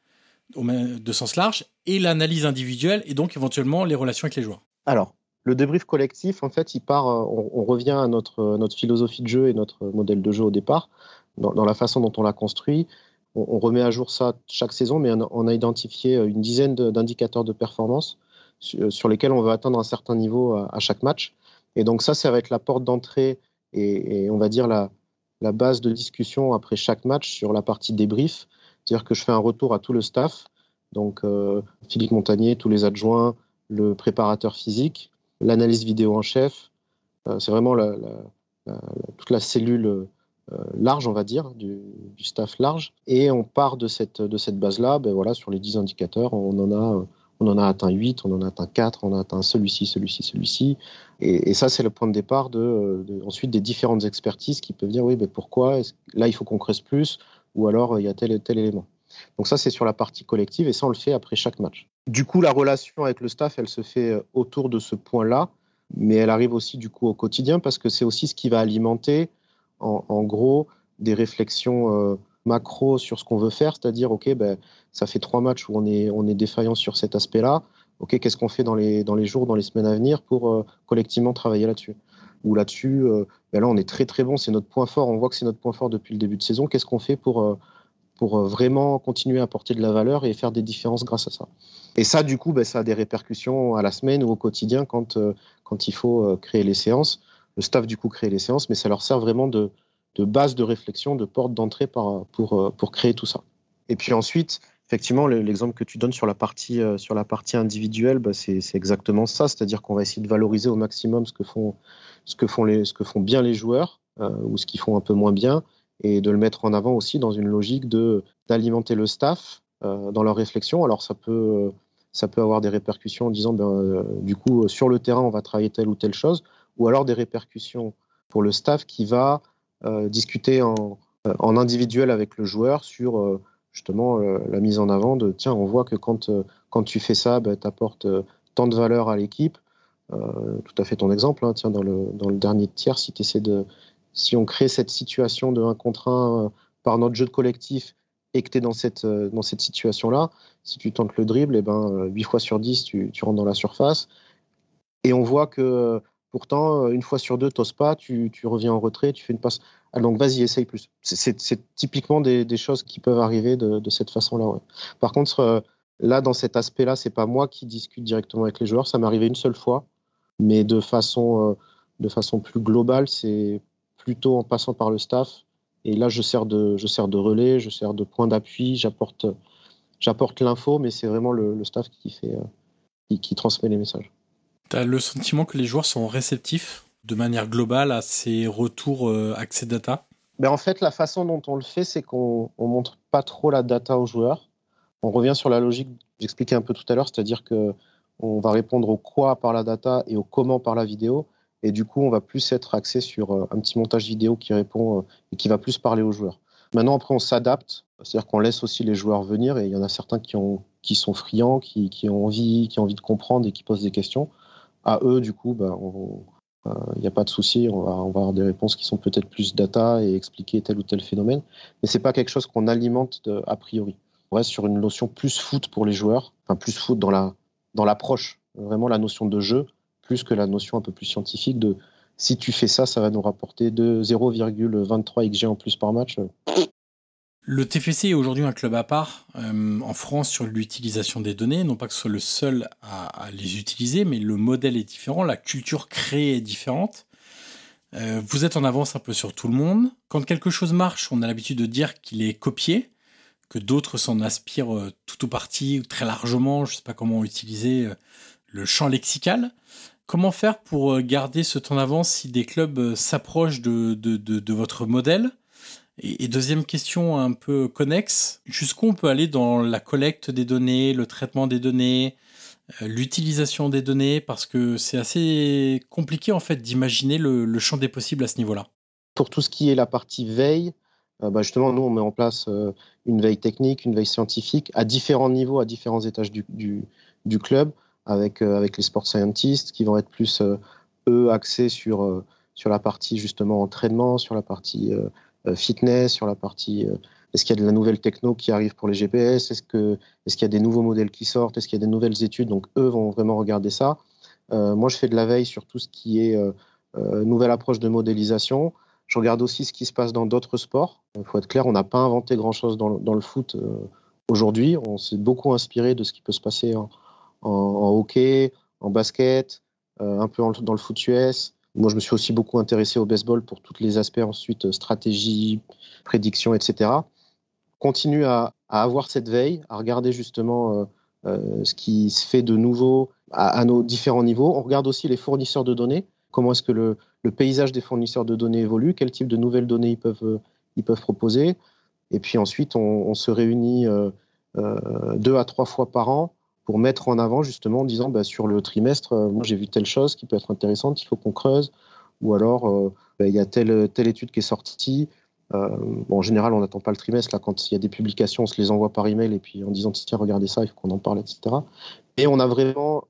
de sens large, et l'analyse individuelle, et donc éventuellement les relations avec les joueurs. Alors, le débrief collectif, en fait, il part, on, on revient à notre, notre philosophie de jeu et notre modèle de jeu au départ, dans, dans la façon dont on l'a construit. On, on remet à jour ça chaque saison, mais on a, on a identifié une dizaine de, d'indicateurs de performance sur, sur lesquels on veut atteindre un certain niveau à, à chaque match. Et donc ça, ça va être la porte d'entrée et, et on va dire la, la base de discussion après chaque match sur la partie débrief. C'est-à-dire que je fais un retour à tout le staff, donc euh, Philippe Montagnier, tous les adjoints, le préparateur physique, l'analyse vidéo en chef. Euh, c'est vraiment la, la, la, toute la cellule euh, large, on va dire, du, du staff large. Et on part de cette, de cette base-là, ben voilà, sur les dix indicateurs, on en a... On en a atteint huit, on en a atteint quatre, on a atteint celui-ci, celui-ci, celui-ci. Et, et ça, c'est le point de départ de, de, ensuite des différentes expertises qui peuvent dire, oui, mais pourquoi là, il faut qu'on creuse plus, ou alors il y a tel et tel élément. Donc ça, c'est sur la partie collective, et ça, on le fait après chaque match. Du coup, la relation avec le staff, elle se fait autour de ce point-là, mais elle arrive aussi du coup au quotidien, parce que c'est aussi ce qui va alimenter, en, en gros, des réflexions... Euh, macro sur ce qu'on veut faire, c'est-à-dire, OK, ben, ça fait trois matchs où on est, on est défaillant sur cet aspect-là. OK, qu'est-ce qu'on fait dans les, dans les jours, dans les semaines à venir pour euh, collectivement travailler là-dessus? Ou là-dessus, euh, ben là, on est très, très bon, c'est notre point fort, on voit que c'est notre point fort depuis le début de saison. Qu'est-ce qu'on fait pour, euh, pour vraiment continuer à apporter de la valeur et faire des différences grâce à ça? Et ça, du coup, ben, ça a des répercussions à la semaine ou au quotidien quand, euh, quand il faut euh, créer les séances. Le staff, du coup, crée les séances, mais ça leur sert vraiment de de base de réflexion, de porte d'entrée par, pour, pour créer tout ça. Et puis ensuite, effectivement, l'exemple que tu donnes sur la partie, sur la partie individuelle, bah c'est, c'est exactement ça, c'est-à-dire qu'on va essayer de valoriser au maximum ce que font, ce que font, les, ce que font bien les joueurs euh, ou ce qu'ils font un peu moins bien, et de le mettre en avant aussi dans une logique de, d'alimenter le staff euh, dans leur réflexion. Alors ça peut, ça peut avoir des répercussions en disant, ben, euh, du coup, sur le terrain, on va travailler telle ou telle chose, ou alors des répercussions pour le staff qui va Euh, discuter en, euh, en individuel avec le joueur sur euh, justement euh, la mise en avant de tiens, on voit que quand, euh, quand tu fais ça, bah, tu apportes euh, tant de valeur à l'équipe. Euh, tout à fait ton exemple, hein, tiens, dans le, dans le dernier tiers, si, de, si on crée cette situation de un contre un euh, par notre jeu de collectif et que tu es dans cette, euh, dans cette situation-là, si tu tentes le dribble, eh ben, euh, huit fois sur dix, tu, tu rentres dans la surface. Et on voit que Pourtant, une fois sur deux, t'oses pas, tu, tu reviens en retrait, tu fais une passe. Ah, donc vas-y, essaye plus. C'est, c'est, c'est typiquement des, des choses qui peuvent arriver de, de cette façon-là. Ouais. Par contre, euh, là, dans cet aspect-là, c'est pas moi qui discute directement avec les joueurs. Ça m'est arrivé une seule fois, mais de façon, euh, de façon plus globale, c'est plutôt en passant par le staff. Et là, je sers de, je sers de relais, je sers de point d'appui, j'apporte, j'apporte l'info, mais c'est vraiment le, le staff qui fait, euh, qui, qui transmet les messages. Tu as le sentiment que les joueurs sont réceptifs de manière globale à ces retours euh, accès data? Ben en fait, la façon dont on le fait, c'est qu'on ne montre pas trop la data aux joueurs. On revient sur la logique que j'expliquais un peu tout à l'heure, c'est-à-dire qu'on va répondre au quoi par la data et au comment par la vidéo. Et du coup, on va plus être axé sur euh, un petit montage vidéo qui répond euh, et qui va plus parler aux joueurs. Maintenant, après, on s'adapte, c'est-à-dire qu'on laisse aussi les joueurs venir. Et il y en a certains qui, ont, qui sont friands, qui, qui, ont envie, qui ont envie de comprendre et qui posent des questions. À eux, du coup, ben, il n'y a pas de souci, on va, on va avoir des réponses qui sont peut-être plus data et expliquer tel ou tel phénomène. Mais ce n'est pas quelque chose qu'on alimente de, a priori. On reste sur une notion plus foot pour les joueurs, enfin plus foot dans, la, dans l'approche, vraiment la notion de jeu, plus que la notion un peu plus scientifique de si tu fais ça, ça va nous rapporter de zéro virgule vingt-trois X G en plus par match. Le T F C est aujourd'hui un club à part euh, en France sur l'utilisation des données. Non pas que ce soit le seul à, à les utiliser, mais le modèle est différent, la culture créée est différente. Euh, vous êtes en avance un peu sur tout le monde. Quand quelque chose marche, on a l'habitude de dire qu'il est copié, que d'autres s'en aspirent euh, tout ou partie, ou très largement. Je ne sais pas comment utiliser euh, le champ lexical. Comment faire pour garder ce temps d'avance si des clubs euh, s'approchent de, de, de, de votre modèle ? Et deuxième question un peu connexe, jusqu'où on peut aller dans la collecte des données, le traitement des données, euh, l'utilisation des données, parce que c'est assez compliqué en fait d'imaginer le, le champ des possibles à ce niveau-là. Pour tout ce qui est la partie veille, euh, bah justement, nous, on met en place euh, une veille technique, une veille scientifique, à différents niveaux, à différents étages du, du, du club, avec, euh, avec les sport scientists, qui vont être plus, euh, eux, axés sur, euh, sur la partie, justement, entraînement, sur la partie... Euh, fitness, sur la partie euh, est-ce qu'il y a de la nouvelle techno qui arrive pour les G P S, est-ce, que, est-ce qu'il y a des nouveaux modèles qui sortent, est-ce qu'il y a des nouvelles études, donc eux vont vraiment regarder ça. Euh, moi je fais de la veille sur tout ce qui est euh, euh, nouvelle approche de modélisation. Je regarde aussi ce qui se passe dans d'autres sports. Il faut être clair, on n'a pas inventé grand-chose dans le, dans le foot euh, aujourd'hui, on s'est beaucoup inspiré de ce qui peut se passer en, en, en hockey, en basket, euh, un peu en, dans le foot U S. Moi, je me suis aussi beaucoup intéressé au baseball pour tous les aspects ensuite, stratégie, prédiction, et cetera. Continue à, à avoir cette veille, à regarder justement euh, euh, ce qui se fait de nouveau à, à nos différents niveaux. On regarde aussi les fournisseurs de données. Comment est-ce que le, le paysage des fournisseurs de données évolue? Quel type de nouvelles données ils peuvent, euh, ils peuvent proposer? Et puis ensuite, on, on se réunit euh, euh, deux à trois fois par an pour mettre en avant justement en disant bah, sur le trimestre, euh, moi j'ai vu telle chose qui peut être intéressante, il faut qu'on creuse, ou alors il euh, bah, y a telle, telle étude qui est sortie. Euh, bon, en général, on n'attend pas le trimestre, là, quand il y a des publications, on se les envoie par email et puis en disant tiens, regardez ça, il faut qu'on en parle, et cetera. Et on a vraiment,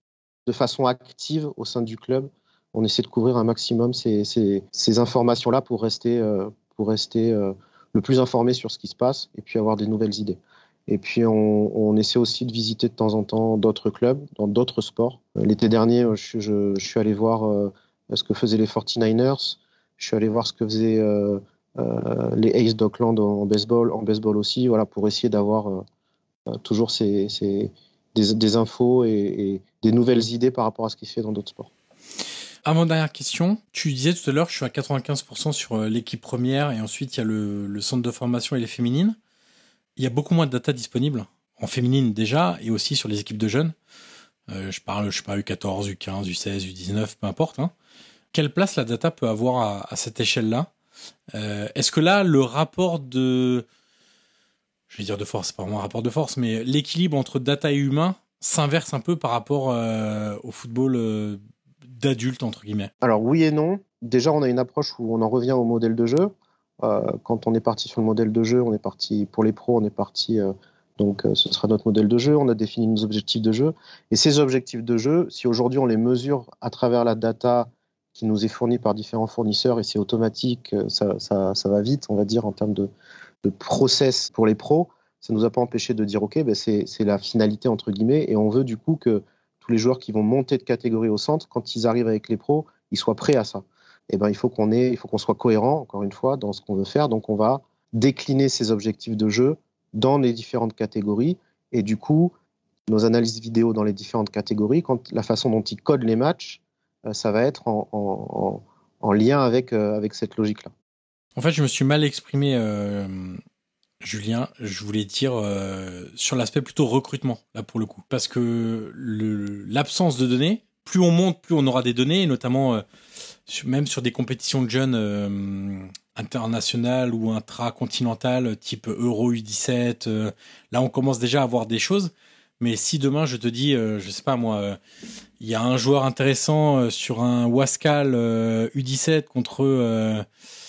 de façon active au sein du club, on essaie de couvrir un maximum ces, ces, ces informations-là pour rester, euh, pour rester euh, le plus informé sur ce qui se passe et puis avoir des nouvelles idées. Et puis, on, on essaie aussi de visiter de temps en temps d'autres clubs, dans d'autres sports. L'été dernier, je, je, je suis allé voir euh, ce que faisaient les forty-niners. Je suis allé voir ce que faisaient euh, euh, les Aces d'Oakland en baseball, en baseball aussi, voilà, pour essayer d'avoir euh, toujours ces, ces, des, des infos et, et des nouvelles idées par rapport à ce qui se fait dans d'autres sports. Avant dernière question, tu disais tout à l'heure, je suis à quatre-vingt-quinze pour cent sur l'équipe première et ensuite il y a le, le centre de formation et les féminines. Il y a beaucoup moins de data disponible, en féminine déjà, et aussi sur les équipes de jeunes. Euh, je parle, je sais pas, U quatorze, U quinze, U seize, U dix-neuf, peu importe. Hein. Quelle place la data peut avoir à, à cette échelle-là ? euh, Est-ce que là, le rapport de... Je vais dire de force, c'est pas vraiment un rapport de force, mais l'équilibre entre data et humain s'inverse un peu par rapport euh, au football euh, d'adulte, entre guillemets ? Alors oui et non. Déjà, on a une approche où on en revient au modèle de jeu. Euh, quand on est parti sur le modèle de jeu, on est parti pour les pros, on est parti, euh, donc euh, ce sera notre modèle de jeu, on a défini nos objectifs de jeu. Et ces objectifs de jeu, si aujourd'hui on les mesure à travers la data qui nous est fournie par différents fournisseurs et c'est automatique, ça, ça, ça va vite, on va dire, en termes de, de process pour les pros, ça ne nous a pas empêché de dire ok, ben c'est, c'est la finalité entre guillemets et on veut du coup que tous tous les joueurs qui vont monter de catégorie au centre, quand ils arrivent avec les pros, ils soient prêts à ça. Et ben, il faut qu'on ait, il faut qu'on soit cohérent, encore une fois, dans ce qu'on veut faire. Donc, on va décliner ces objectifs de jeu dans les différentes catégories. Et du coup, nos analyses vidéo dans les différentes catégories, quand la façon dont ils codent les matchs, euh, ça va être en, en, en lien avec, euh, avec cette logique-là. En fait, je me suis mal exprimé, euh, Julien. Je voulais dire euh, sur l'aspect plutôt recrutement, là, pour le coup. Parce que le, l'absence de données, plus on monte, plus on aura des données, et notamment euh, sur, même sur des compétitions de jeunes euh, internationales ou intracontinentales, type Euro U dix-sept. Euh, là, on commence déjà à voir des choses. Mais si demain, je te dis, euh, je sais pas moi, euh, il y a un joueur intéressant euh, sur un Wascal euh, U dix-sept contre euh,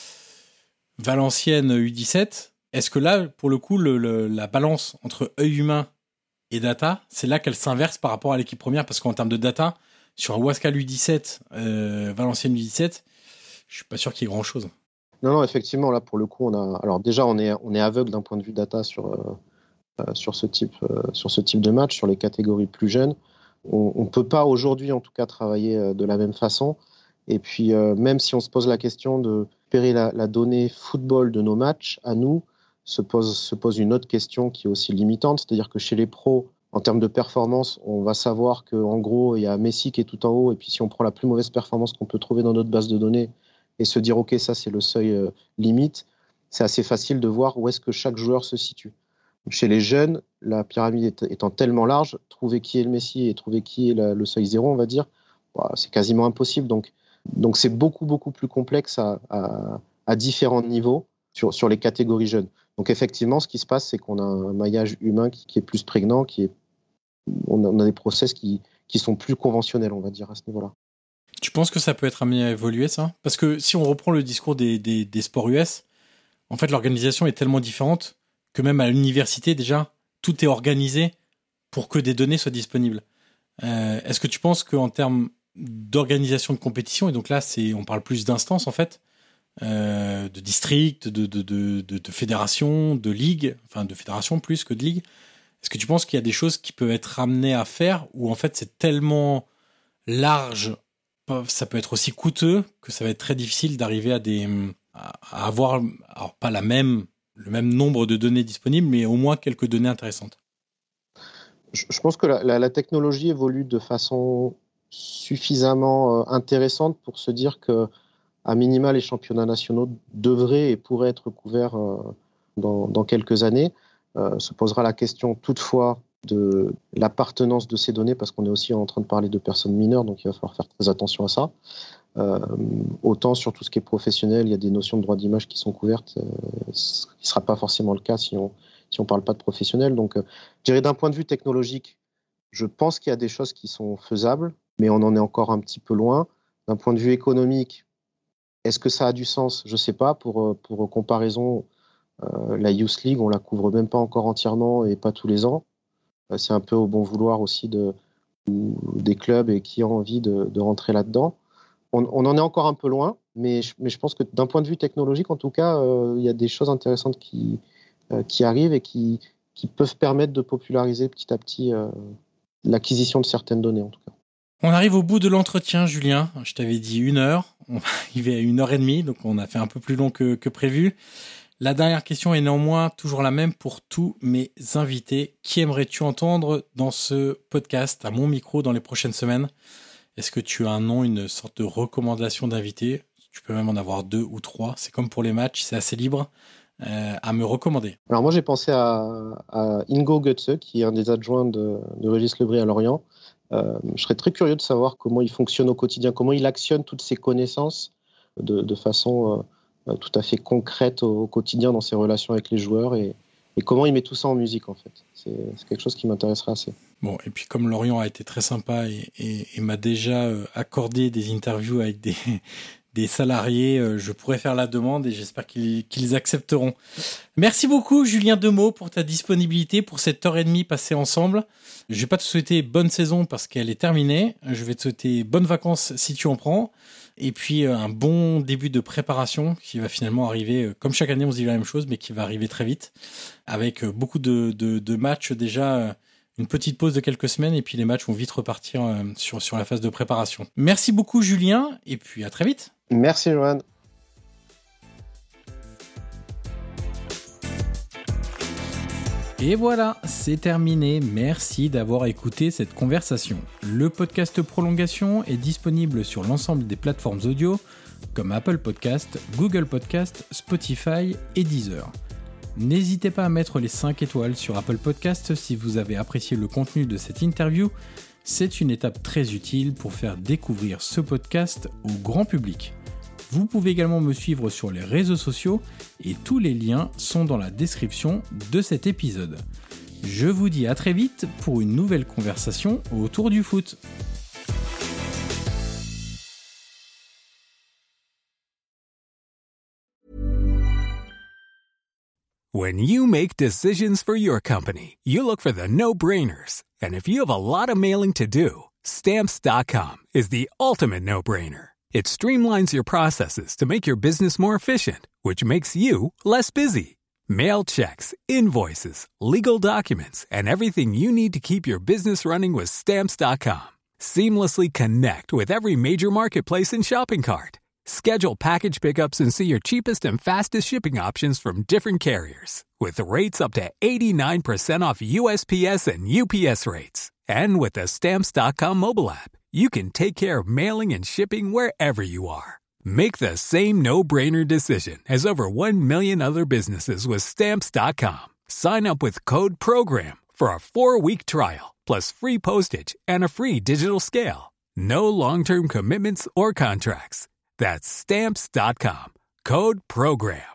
Valenciennes U dix-sept, est-ce que là, pour le coup, le, le, la balance entre œil humain et data, c'est là qu'elle s'inverse par rapport à l'équipe première? Parce qu'en termes de data, sur un Wascal U dix-sept, euh, Valenciennes U dix-sept, je suis pas sûr qu'il y ait grand-chose. Non, non, effectivement, là, pour le coup, on a. Alors déjà, on est, on est aveugle d'un point de vue data sur. Euh... Sur ce, type, euh, sur ce type de match, sur les catégories plus jeunes. On ne peut pas aujourd'hui, en tout cas, travailler de la même façon. Et puis, euh, même si on se pose la question de récupérer la, la donnée football de nos matchs, à nous, se pose, se pose une autre question qui est aussi limitante. C'est-à-dire que chez les pros, en termes de performance, on va savoir qu'en gros, il y a Messi qui est tout en haut. Et puis, si on prend la plus mauvaise performance qu'on peut trouver dans notre base de données et se dire, OK, ça, c'est le seuil euh, limite, c'est assez facile de voir où est-ce que chaque joueur se situe. Chez les jeunes, la pyramide étant tellement large, trouver qui est le Messi et trouver qui est la, le seuil zéro, on va dire, bah, c'est quasiment impossible. Donc, donc c'est beaucoup, beaucoup plus complexe à, à, à différents niveaux sur, sur les catégories jeunes. Donc effectivement, ce qui se passe, c'est qu'on a un maillage humain qui, qui est plus prégnant, qui est, on, a, on a des process qui, qui sont plus conventionnels, on va dire, à ce niveau-là. Tu penses que ça peut être amené à évoluer, ça? Parce que si on reprend le discours des, des, des sports U S, en fait, l'organisation est tellement différente que même à l'université, déjà, tout est organisé pour que des données soient disponibles. Euh, est-ce que tu penses qu'en termes d'organisation de compétition, et donc là, c'est, on parle plus d'instances, en fait, euh, de districts, de, de, de, de, de fédérations, de ligues, enfin de fédérations plus que de ligues, est-ce que tu penses qu'il y a des choses qui peuvent être amenées à faire où, en fait, c'est tellement large, ça peut être aussi coûteux, que ça va être très difficile d'arriver à, des, à avoir, alors pas la même... le même nombre de données disponibles, mais au moins quelques données intéressantes? Je, je pense que la, la, la technologie évolue de façon suffisamment euh, intéressante pour se dire que, à minima, les championnats nationaux devraient et pourraient être couverts euh, dans, dans quelques années. Euh, se posera la question toutefois de l'appartenance de ces données, parce qu'on est aussi en train de parler de personnes mineures, donc il va falloir faire très attention à ça. Euh, autant sur tout ce qui est professionnel, il y a des notions de droit d'image qui sont couvertes, euh, ce qui ne sera pas forcément le cas si on si on parle pas de professionnel. Donc, euh, je dirais d'un point de vue technologique, je pense qu'il y a des choses qui sont faisables, mais on en est encore un petit peu loin. D'un point de vue économique, est-ce que ça a du sens? Je ne sais pas. Pour, pour comparaison, euh, la Youth League, on la couvre même pas encore entièrement et pas tous les ans. Euh, c'est un peu au bon vouloir aussi de, des clubs et qui ont envie de, de rentrer là-dedans. On, on en est encore un peu loin, mais je, mais je pense que d'un point de vue technologique, en tout cas, euh, il y a des choses intéressantes qui, euh, qui arrivent et qui, qui peuvent permettre de populariser petit à petit euh, l'acquisition de certaines données, en tout cas. On arrive au bout de l'entretien, Julien. Je t'avais dit une heure. On va arriver à une heure et demie, donc on a fait un peu plus long que, que prévu. La dernière question est néanmoins toujours la même pour tous mes invités. Qui aimerais-tu entendre dans ce podcast, à mon micro, dans les prochaines semaines? Est-ce que tu as un nom, une sorte de recommandation d'invité? Tu peux même en avoir deux ou trois. C'est comme pour les matchs, c'est assez libre euh, à me recommander. Alors moi, j'ai pensé à, à Ingo Götze, qui est un des adjoints de, de Régis Lebris à Lorient. Euh, je serais très curieux de savoir comment il fonctionne au quotidien, comment il actionne toutes ses connaissances de, de façon euh, tout à fait concrète au, au quotidien dans ses relations avec les joueurs et, et comment il met tout ça en musique, en fait. C'est, c'est quelque chose qui m'intéresserait assez. Bon, et puis comme Lorient a été très sympa et, et, et m'a déjà euh, accordé des interviews avec des, des salariés, euh, je pourrais faire la demande et j'espère qu'ils, qu'ils accepteront. Merci beaucoup, Julien Demeaux, pour ta disponibilité, pour cette heure et demie passée ensemble. Je vais pas te souhaiter bonne saison parce qu'elle est terminée. Je vais te souhaiter bonnes vacances si tu en prends. Et puis euh, un bon début de préparation qui va finalement arriver, euh, comme chaque année on se dit la même chose, mais qui va arriver très vite, avec euh, beaucoup de, de, de matchs déjà... Euh, une petite pause de quelques semaines et puis les matchs vont vite repartir euh, sur, sur la phase de préparation. Merci beaucoup Julien et puis à très vite. Merci Johan. Et voilà, c'est terminé. Merci d'avoir écouté cette conversation. Le podcast Prolongation est disponible sur l'ensemble des plateformes audio comme Apple Podcast, Google Podcast, Spotify et Deezer. N'hésitez pas à mettre les cinq étoiles sur Apple Podcast si vous avez apprécié le contenu de cette interview. C'est une étape très utile pour faire découvrir ce podcast au grand public. Vous pouvez également me suivre sur les réseaux sociaux et tous les liens sont dans la description de cet épisode. Je vous dis à très vite pour une nouvelle conversation autour du foot. When you make decisions for your company, you look for the no-brainers. And if you have a lot of mailing to do, Stamps dot com is the ultimate no-brainer. It streamlines your processes to make your business more efficient, which makes you less busy. Mail checks, invoices, legal documents, and everything you need to keep your business running with Stamps dot com. Seamlessly connect with every major marketplace and shopping cart. Schedule package pickups and see your cheapest and fastest shipping options from different carriers. With rates up to eighty-nine percent off U S P S and U P S rates. And with the Stamps dot com mobile app, you can take care of mailing and shipping wherever you are. Make the same no-brainer decision as over one million other businesses with Stamps dot com. Sign up with code PROGRAM for a four-week trial, plus free postage and a free digital scale. No long-term commitments or contracts. That's Stamps dot com. Code PROGRAM.